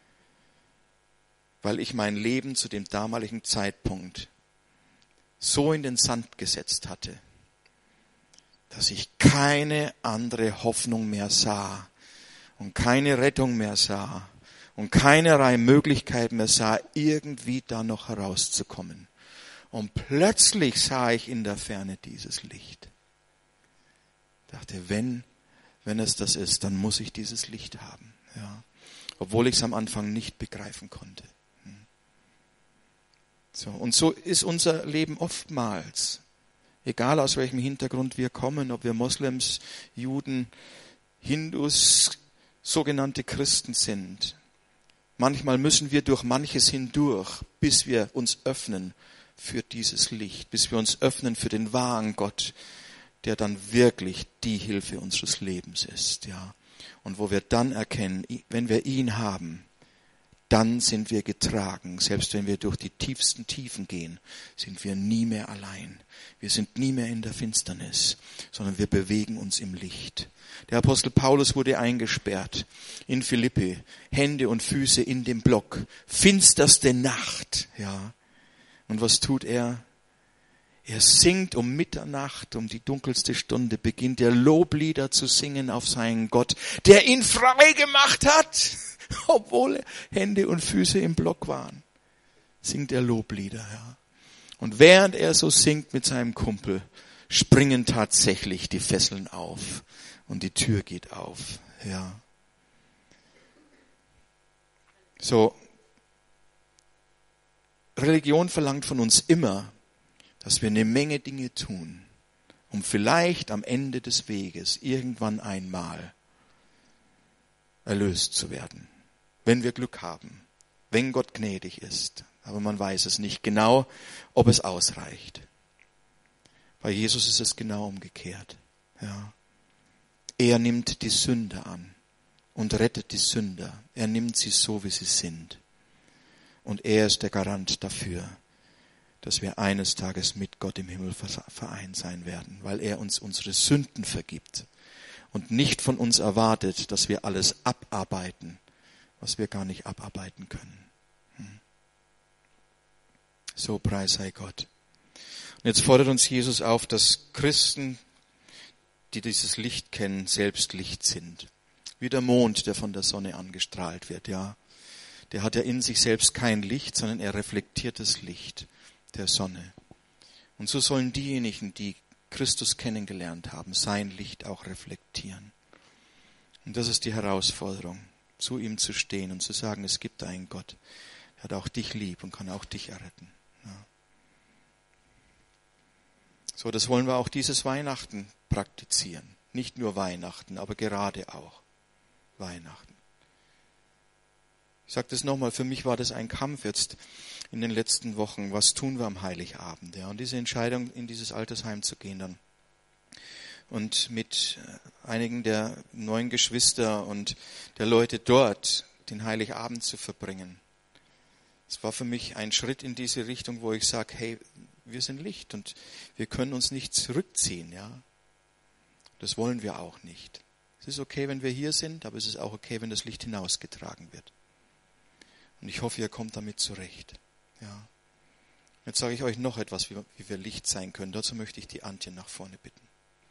weil ich mein Leben zu dem damaligen Zeitpunkt so in den Sand gesetzt hatte, dass ich keine andere Hoffnung mehr sah und keine Rettung mehr sah und keinerlei Möglichkeit mehr sah, irgendwie da noch herauszukommen. Und plötzlich sah ich in der Ferne dieses Licht. Ich dachte, wenn es das ist, dann muss ich dieses Licht haben. Ja. Obwohl ich es am Anfang nicht begreifen konnte. So, und so ist unser Leben oftmals. Egal aus welchem Hintergrund wir kommen, ob wir Moslems, Juden, Hindus, sogenannte Christen sind. Manchmal müssen wir durch manches hindurch, bis wir uns öffnen für dieses Licht, bis wir uns öffnen für den wahren Gott, der dann wirklich die Hilfe unseres Lebens ist. Ja. Und wo wir dann erkennen, wenn wir ihn haben, dann sind wir getragen. Selbst wenn wir durch die tiefsten Tiefen gehen, sind wir nie mehr allein. Wir sind nie mehr in der Finsternis, sondern wir bewegen uns im Licht. Der Apostel Paulus wurde eingesperrt in Philippi, Hände und Füße in dem Block, finsterste Nacht, ja. Und was tut er? Er singt um Mitternacht, um die dunkelste Stunde, beginnt er Loblieder zu singen auf seinen Gott, der ihn frei gemacht hat, obwohl Hände und Füße im Block waren. Singt er Loblieder, ja. Und während er so singt mit seinem Kumpel, springen tatsächlich die Fesseln auf und die Tür geht auf, ja. So, Religion verlangt von uns immer, dass wir eine Menge Dinge tun, um vielleicht am Ende des Weges irgendwann einmal erlöst zu werden. Wenn wir Glück haben, wenn Gott gnädig ist. Aber man weiß es nicht genau, ob es ausreicht. Bei Jesus ist es genau umgekehrt. Ja. Er nimmt die Sünde an und rettet die Sünder. Er nimmt sie so, wie sie sind. Und er ist der Garant dafür, dass wir eines Tages mit Gott im Himmel vereint sein werden, weil er uns unsere Sünden vergibt und nicht von uns erwartet, dass wir alles abarbeiten, was wir gar nicht abarbeiten können. So preis sei Gott. Und jetzt fordert uns Jesus auf, dass Christen, die dieses Licht kennen, selbst Licht sind. Wie der Mond, der von der Sonne angestrahlt wird, ja. Der hat ja in sich selbst kein Licht, sondern er reflektiert das Licht der Sonne. Und so sollen diejenigen, die Christus kennengelernt haben, sein Licht auch reflektieren. Und das ist die Herausforderung, zu ihm zu stehen und zu sagen, es gibt einen Gott, der hat auch dich lieb und kann auch dich erretten. Ja. So, das wollen wir auch dieses Weihnachten praktizieren. Nicht nur Weihnachten, aber gerade auch Weihnachten. Ich sage das nochmal, für mich war das ein Kampf jetzt in den letzten Wochen. Was tun wir am Heiligabend? Ja? Und diese Entscheidung, in dieses Altersheim zu gehen dann. Und mit einigen der neuen Geschwister und der Leute dort den Heiligabend zu verbringen. Es war für mich ein Schritt in diese Richtung, wo ich sage, hey, wir sind Licht und wir können uns nicht zurückziehen. Ja? Das wollen wir auch nicht. Es ist okay, wenn wir hier sind, aber es ist auch okay, wenn das Licht hinausgetragen wird. Und ich hoffe, ihr kommt damit zurecht. Ja. Jetzt sage ich euch noch etwas, wie wir Licht sein können. Dazu möchte ich die Antje nach vorne bitten.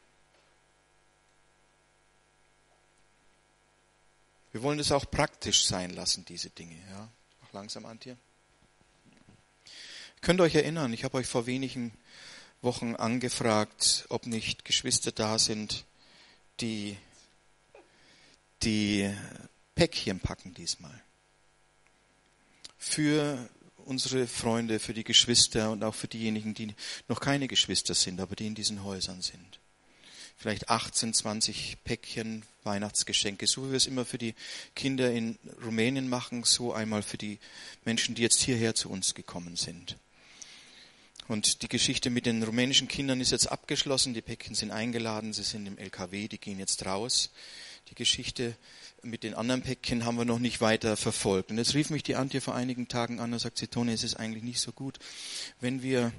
Wir wollen es auch praktisch sein lassen, diese Dinge. Ja. Mach langsam, Antje. Ihr könnt euch erinnern, ich habe euch vor wenigen Wochen angefragt, ob nicht Geschwister da sind, die Päckchen packen diesmal. Für unsere Freunde, für die Geschwister und auch für diejenigen, die noch keine Geschwister sind, aber die in diesen Häusern sind. Vielleicht 18, 20 Päckchen Weihnachtsgeschenke, so wie wir es immer für die Kinder in Rumänien machen, so einmal für die Menschen, die jetzt hierher zu uns gekommen sind. Und die Geschichte mit den rumänischen Kindern ist jetzt abgeschlossen, die Päckchen sind eingeladen, sie sind im LKW, die gehen jetzt raus. Die Geschichte mit den anderen Päckchen haben wir noch nicht weiter verfolgt. Und jetzt rief mich die Antje vor einigen Tagen an und sagt, Toni, es ist eigentlich nicht so gut, wenn wir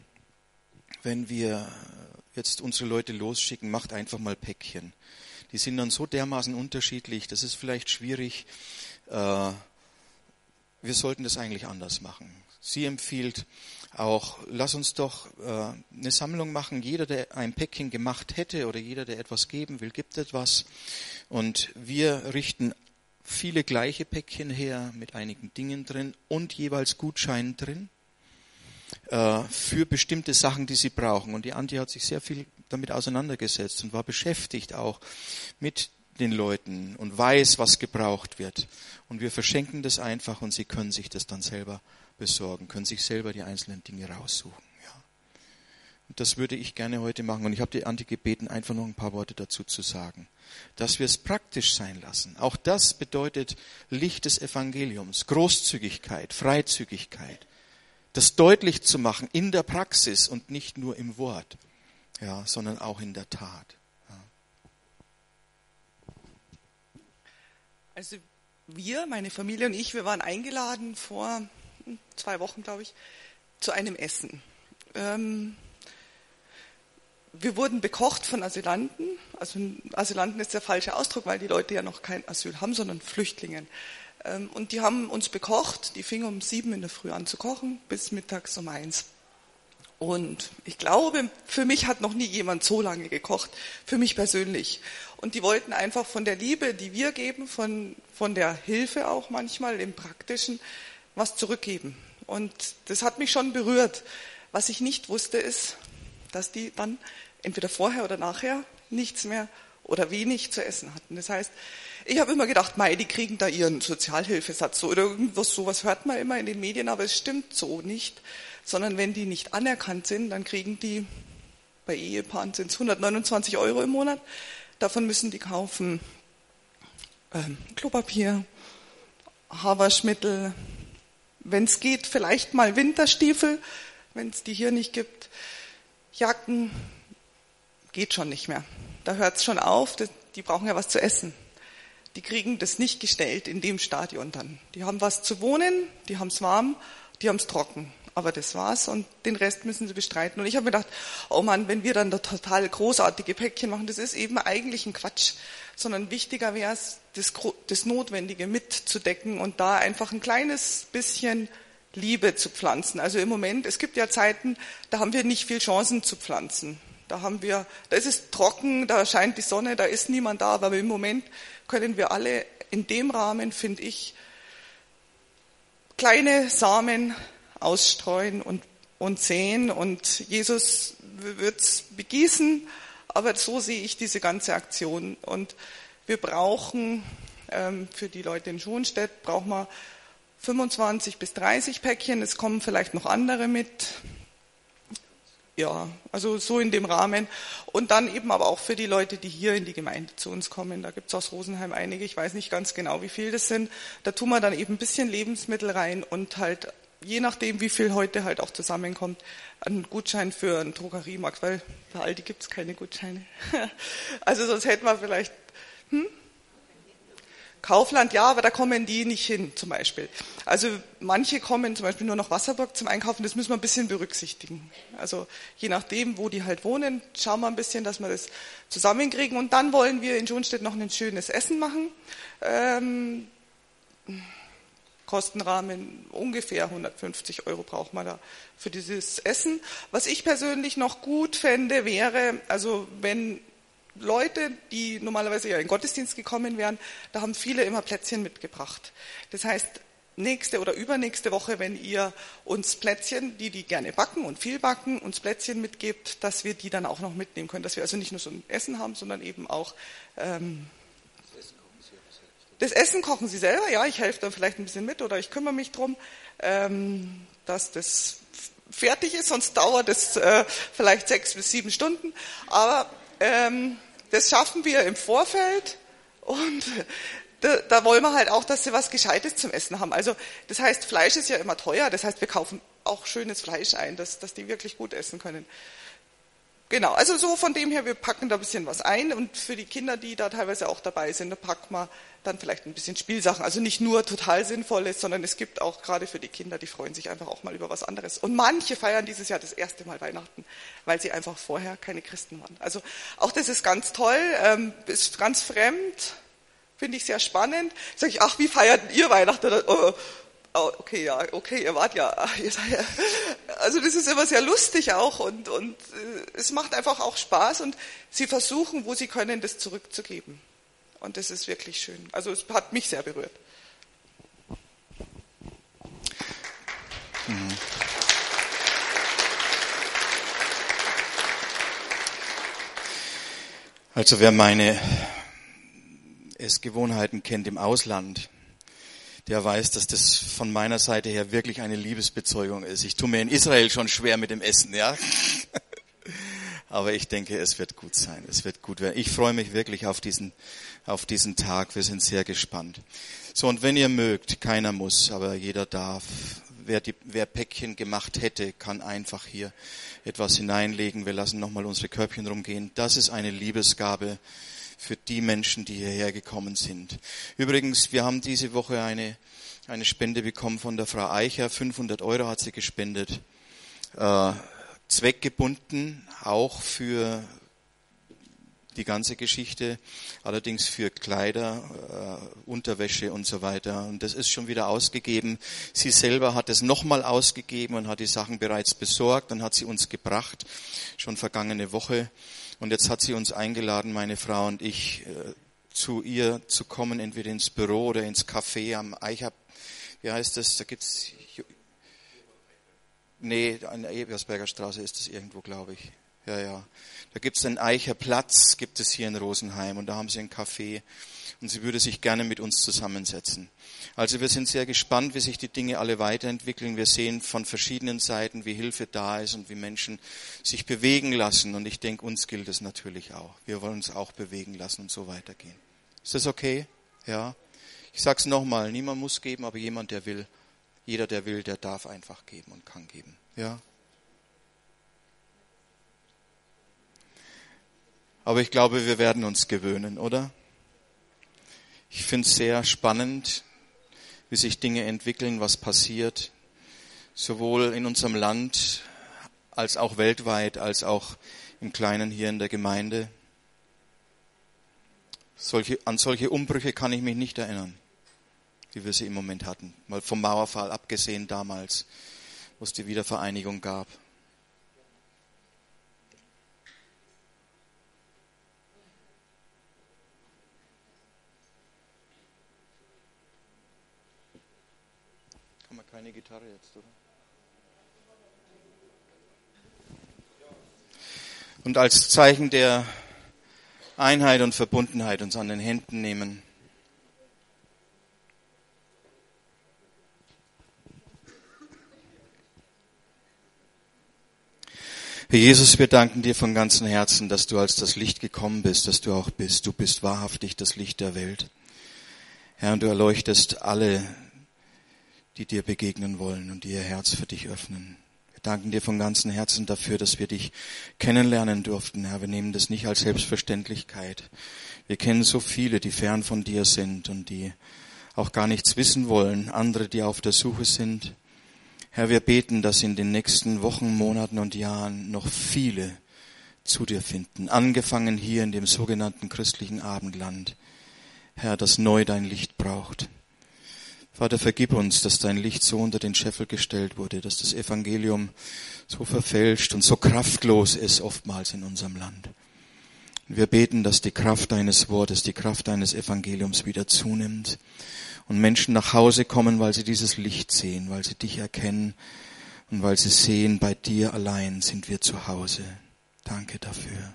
jetzt unsere Leute losschicken, macht einfach mal Päckchen. Die sind dann so dermaßen unterschiedlich, das ist vielleicht schwierig. Wir sollten das eigentlich anders machen. Sie empfiehlt auch, lass uns doch eine Sammlung machen. Jeder, der ein Päckchen gemacht hätte oder jeder, der etwas geben will, gibt etwas. Und wir richten viele gleiche Päckchen her mit einigen Dingen drin und jeweils Gutscheinen drin für bestimmte Sachen, die sie brauchen. Und die Antje hat sich sehr viel damit auseinandergesetzt und war beschäftigt auch mit den Leuten und weiß, was gebraucht wird. Und wir verschenken das einfach und sie können sich das dann selber besorgen, können sich selber die einzelnen Dinge raussuchen. Ja. Und das würde ich gerne heute machen. Und ich habe die Antje gebeten, einfach noch ein paar Worte dazu zu sagen. Dass wir es praktisch sein lassen. Auch das bedeutet Licht des Evangeliums, Großzügigkeit, Freizügigkeit. Das deutlich zu machen in der Praxis und nicht nur im Wort, ja, sondern auch in der Tat. Ja.
Also meine Familie und ich, wir waren eingeladen vor 2 Wochen, glaube ich, zu einem Essen. Wir wurden bekocht von Asylanten. Also Asylanten ist der falsche Ausdruck, weil die Leute ja noch kein Asyl haben, sondern Flüchtlingen. Und die haben uns bekocht. Die fingen um 7 in der Früh an zu kochen, bis mittags um 1. Und ich glaube, für mich hat noch nie jemand so lange gekocht, für mich persönlich. Und die wollten einfach von der Liebe, die wir geben, von der Hilfe auch manchmal im Praktischen, was zurückgeben. Und das hat mich schon berührt. Was ich nicht wusste, ist, dass die dann entweder vorher oder nachher nichts mehr oder wenig zu essen hatten. Das heißt, ich habe immer gedacht, die kriegen da ihren Sozialhilfesatz oder irgendwas, sowas hört man immer in den Medien, aber es stimmt so nicht. Sondern wenn die nicht anerkannt sind, dann kriegen die, bei Ehepaaren sind es 129 € im Monat, davon müssen die kaufen Klopapier, Haarwaschmittel, wenn es geht, vielleicht mal Winterstiefel, wenn es die hier nicht gibt, Jacken, geht schon nicht mehr. Da hört es schon auf, die brauchen ja was zu essen. Die kriegen das nicht gestellt in dem Stadion dann. Die haben was zu wohnen, die haben es warm, die haben es trocken. Aber das war's und den Rest müssen sie bestreiten. Und ich habe mir gedacht, oh Mann, wenn wir dann da total großartige Päckchen machen, das ist eben eigentlich ein Quatsch. Sondern wichtiger wäre es, das Notwendige mitzudecken und da einfach ein kleines bisschen Liebe zu pflanzen. Also im Moment, es gibt ja Zeiten, da haben wir nicht viel Chancen zu pflanzen. Da ist es trocken, da scheint die Sonne, da ist niemand da. Aber im Moment können wir alle in dem Rahmen, finde ich, kleine Samen ausstreuen und säen und Jesus wird's begießen, aber so sehe ich diese ganze Aktion. Und wir brauchen, für die Leute in Schonstedt, brauchen wir 25 bis 30 Päckchen, es kommen vielleicht noch andere mit. Ja, also so in dem Rahmen. Und dann eben aber auch für die Leute, die hier in die Gemeinde zu uns kommen. Da gibt's aus Rosenheim einige, ich weiß nicht ganz genau, wie viel das sind. Da tun wir dann eben ein bisschen Lebensmittel rein und halt je nachdem, wie viel heute halt auch zusammenkommt, einen Gutschein für einen Drogeriemarkt, weil bei Aldi gibt's keine Gutscheine. Also sonst hätten wir vielleicht Kaufland, ja, aber da kommen die nicht hin zum Beispiel. Also manche kommen zum Beispiel nur nach Wasserburg zum Einkaufen, das müssen wir ein bisschen berücksichtigen. Also je nachdem, wo die halt wohnen, schauen wir ein bisschen, dass wir das zusammenkriegen. Und dann wollen wir in Schonstedt noch ein schönes Essen machen. Kostenrahmen ungefähr 150 € braucht man da für dieses Essen. Was ich persönlich noch gut fände, wäre, also wenn Leute, die normalerweise ja in den Gottesdienst gekommen wären, da haben viele immer Plätzchen mitgebracht. Das heißt, nächste oder übernächste Woche, wenn ihr uns Plätzchen, die gerne backen und viel backen, uns Plätzchen mitgebt, dass wir die dann auch noch mitnehmen können. Dass wir also nicht nur so ein Essen haben, sondern eben auch das Essen kochen Sie selber, ja, ich helfe dann vielleicht ein bisschen mit oder ich kümmere mich drum, dass das fertig ist, sonst dauert es vielleicht 6 bis 7 Stunden, aber das schaffen wir im Vorfeld und da wollen wir halt auch, dass sie was Gescheites zum Essen haben. Also das heißt, Fleisch ist ja immer teuer, das heißt, wir kaufen auch schönes Fleisch ein, dass die wirklich gut essen können. Genau, also so von dem her, wir packen da ein bisschen was ein und für die Kinder, die da teilweise auch dabei sind, da packen wir dann vielleicht ein bisschen Spielsachen. Also nicht nur total Sinnvolles, sondern es gibt auch gerade für die Kinder, die freuen sich einfach auch mal über was anderes. Und manche feiern dieses Jahr das erste Mal Weihnachten, weil sie einfach vorher keine Christen waren. Also auch das ist ganz toll, ist ganz fremd, finde ich sehr spannend. Sag ich, ach, wie feiert ihr Weihnachten? Oh, okay, ja, okay, ihr wart ja, also das ist immer sehr lustig auch und es macht einfach auch Spaß und sie versuchen, wo sie können, das zurückzugeben. Und das ist wirklich schön. Also es hat mich sehr berührt.
Also wer meine Essgewohnheiten kennt im Ausland, der weiß, dass das von meiner Seite her wirklich eine Liebesbezeugung ist. Ich tue mir in Israel schon schwer mit dem Essen, ja. Aber ich denke, es wird gut sein. Es wird gut werden. Ich freue mich wirklich auf diesen Tag. Wir sind sehr gespannt. So, und wenn ihr mögt, keiner muss, aber jeder darf. Wer Päckchen gemacht hätte, kann einfach hier etwas hineinlegen. Wir lassen nochmal unsere Körbchen rumgehen. Das ist eine Liebesgabe für die Menschen, die hierher gekommen sind. Übrigens, wir haben diese Woche eine Spende bekommen von der Frau Eicher. 500 € hat sie gespendet. Zweckgebunden, auch für die ganze Geschichte, allerdings für Kleider, Unterwäsche und so weiter. Und das ist schon wieder ausgegeben. Sie selber hat es nochmal ausgegeben und hat die Sachen bereits besorgt und hat sie uns gebracht, schon vergangene Woche. Und jetzt hat sie uns eingeladen, meine Frau und ich, zu ihr zu kommen, entweder ins Büro oder ins Café am Eicher. Wie heißt das? Da gibt's, an der Ebersberger Straße ist es irgendwo, glaube ich. Ja. Da gibt's den Eicher Platz, gibt es hier in Rosenheim, und da haben sie ein Café, und sie würde sich gerne mit uns zusammensetzen. Also wir sind sehr gespannt, wie sich die Dinge alle weiterentwickeln. Wir sehen von verschiedenen Seiten, wie Hilfe da ist und wie Menschen sich bewegen lassen, und ich denke, uns gilt es natürlich auch. Wir wollen uns auch bewegen lassen und so weitergehen. Ist das okay? Ja. Ich sag's nochmal, niemand muss geben, aber jeder, der will, der darf einfach geben und kann geben. Ja. Aber ich glaube, wir werden uns gewöhnen, oder? Ich finde es sehr spannend, wie sich Dinge entwickeln, was passiert, sowohl in unserem Land als auch weltweit, als auch im Kleinen hier in der Gemeinde. An solche Umbrüche kann ich mich nicht erinnern, wie wir sie im Moment hatten. Mal vom Mauerfall abgesehen damals, wo es die Wiedervereinigung gab. Haben wir keine Gitarre jetzt, oder? Und als Zeichen der Einheit und Verbundenheit uns an den Händen nehmen. Herr Jesus, wir danken dir von ganzem Herzen, dass du als das Licht gekommen bist, dass du auch bist. Du bist wahrhaftig das Licht der Welt. Herr, und du erleuchtest alle, die dir begegnen wollen und die ihr Herz für dich öffnen. Wir danken dir von ganzem Herzen dafür, dass wir dich kennenlernen durften, Herr. Wir nehmen das nicht als Selbstverständlichkeit. Wir kennen so viele, die fern von dir sind und die auch gar nichts wissen wollen, andere, die auf der Suche sind. Herr, wir beten, dass in den nächsten Wochen, Monaten und Jahren noch viele zu dir finden, angefangen hier in dem sogenannten christlichen Abendland. Herr, das neu dein Licht braucht. Vater, vergib uns, dass dein Licht so unter den Scheffel gestellt wurde, dass das Evangelium so verfälscht und so kraftlos ist oftmals in unserem Land. Und wir beten, dass die Kraft deines Wortes, die Kraft deines Evangeliums wieder zunimmt und Menschen nach Hause kommen, weil sie dieses Licht sehen, weil sie dich erkennen und weil sie sehen, bei dir allein sind wir zu Hause. Danke dafür.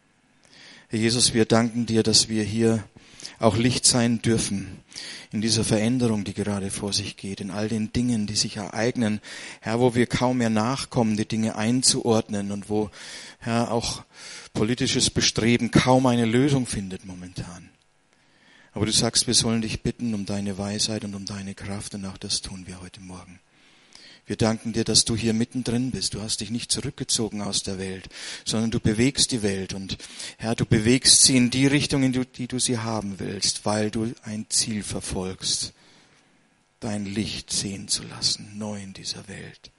Herr Jesus, wir danken dir, dass wir hier auch Licht sein dürfen in dieser Veränderung, die gerade vor sich geht, in all den Dingen, die sich ereignen, Herr, wo wir kaum mehr nachkommen, die Dinge einzuordnen und wo, Herr, auch politisches Bestreben kaum eine Lösung findet momentan. Aber du sagst, wir sollen dich bitten um deine Weisheit und um deine Kraft, und auch das tun wir heute Morgen. Wir danken dir, dass du hier mittendrin bist. Du hast dich nicht zurückgezogen aus der Welt, sondern du bewegst die Welt. Und Herr, du bewegst sie in die Richtung, in die du sie haben willst, weil du ein Ziel verfolgst, dein Licht sehen zu lassen, neu in dieser Welt.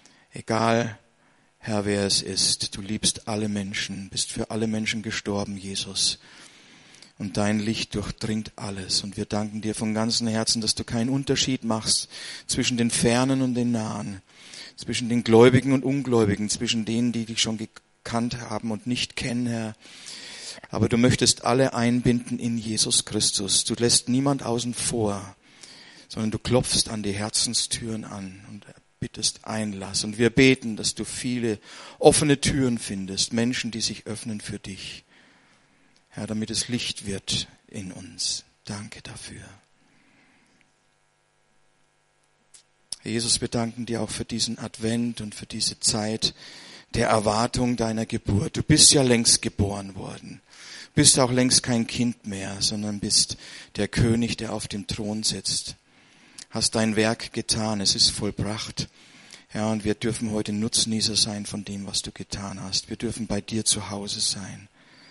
Egal, Herr, wer es ist, du liebst alle Menschen, bist für alle Menschen gestorben, Jesus. Und dein Licht durchdringt alles. Und wir danken dir von ganzem Herzen, dass du keinen Unterschied machst zwischen den Fernen und den Nahen, zwischen den Gläubigen und Ungläubigen, zwischen denen, die dich schon gekannt haben und nicht kennen, Herr. Aber du möchtest alle einbinden in Jesus Christus. Du lässt niemand außen vor, sondern du klopfst an die Herzenstüren an und bittest Einlass. Und wir beten, dass du viele offene Türen findest, Menschen, die sich öffnen für dich. Herr, damit es Licht wird in uns. Danke dafür. Herr Jesus, wir danken dir auch für diesen Advent und für diese Zeit der Erwartung deiner Geburt. Du bist ja längst geboren worden. Du bist auch längst kein Kind mehr, sondern bist der König, der auf dem Thron sitzt. Hast dein Werk getan, es ist vollbracht. Herr, und wir dürfen heute Nutznießer sein von dem, was du getan hast. Wir dürfen bei dir zu Hause sein.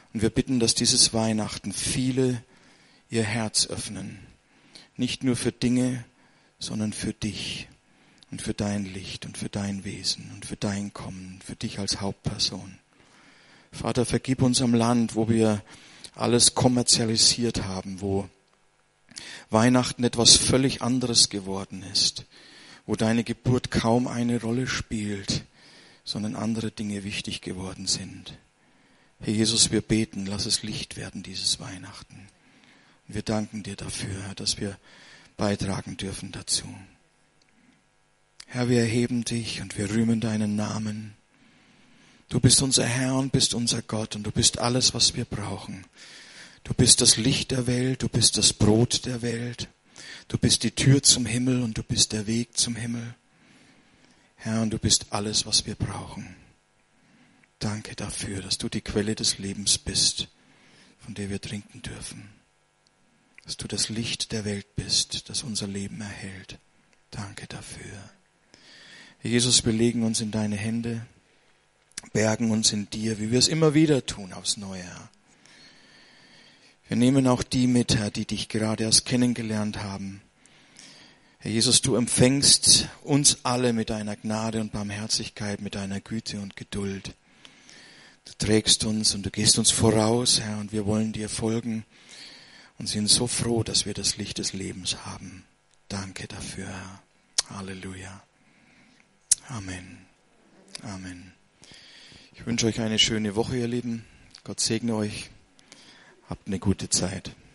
Und wir bitten, dass dieses Weihnachten viele ihr Herz öffnen. Nicht nur für Dinge, sondern für dich und für dein Licht und für dein Wesen und für dein Kommen, für dich als Hauptperson. Vater, vergib unserem Land, wo wir alles kommerzialisiert haben, wo Weihnachten etwas völlig anderes geworden ist, wo deine Geburt kaum eine Rolle spielt, sondern andere Dinge wichtig geworden sind. Herr Jesus, wir beten, lass es Licht werden, dieses Weihnachten. Und wir danken dir dafür, Herr, dass wir beitragen dürfen dazu. Herr, wir erheben dich und wir rühmen deinen Namen. Du bist unser Herr und bist unser Gott und du bist alles, was wir brauchen. Du bist das Licht der Welt, du bist das Brot der Welt. Du bist die Tür zum Himmel und du bist der Weg zum Himmel. Herr, und du bist alles, was wir brauchen. Danke dafür, dass du die Quelle des Lebens bist, von der wir trinken dürfen. Dass du das Licht der Welt bist, das unser Leben erhält. Danke dafür. Herr Jesus, wir legen uns in deine Hände, bergen uns in dir, wie wir es immer wieder tun, aufs Neue, Herr. Wir nehmen auch die mit, Herr, die dich gerade erst kennengelernt haben. Herr Jesus, du empfängst uns alle mit deiner Gnade und Barmherzigkeit, mit deiner Güte und Geduld. Du trägst uns und du gehst uns voraus, Herr, und wir wollen dir folgen und sind so froh, dass wir das Licht des Lebens haben. Danke dafür, Herr. Halleluja. Amen. Amen. Ich wünsche euch eine schöne Woche, ihr Lieben. Gott segne euch. Habt eine gute Zeit.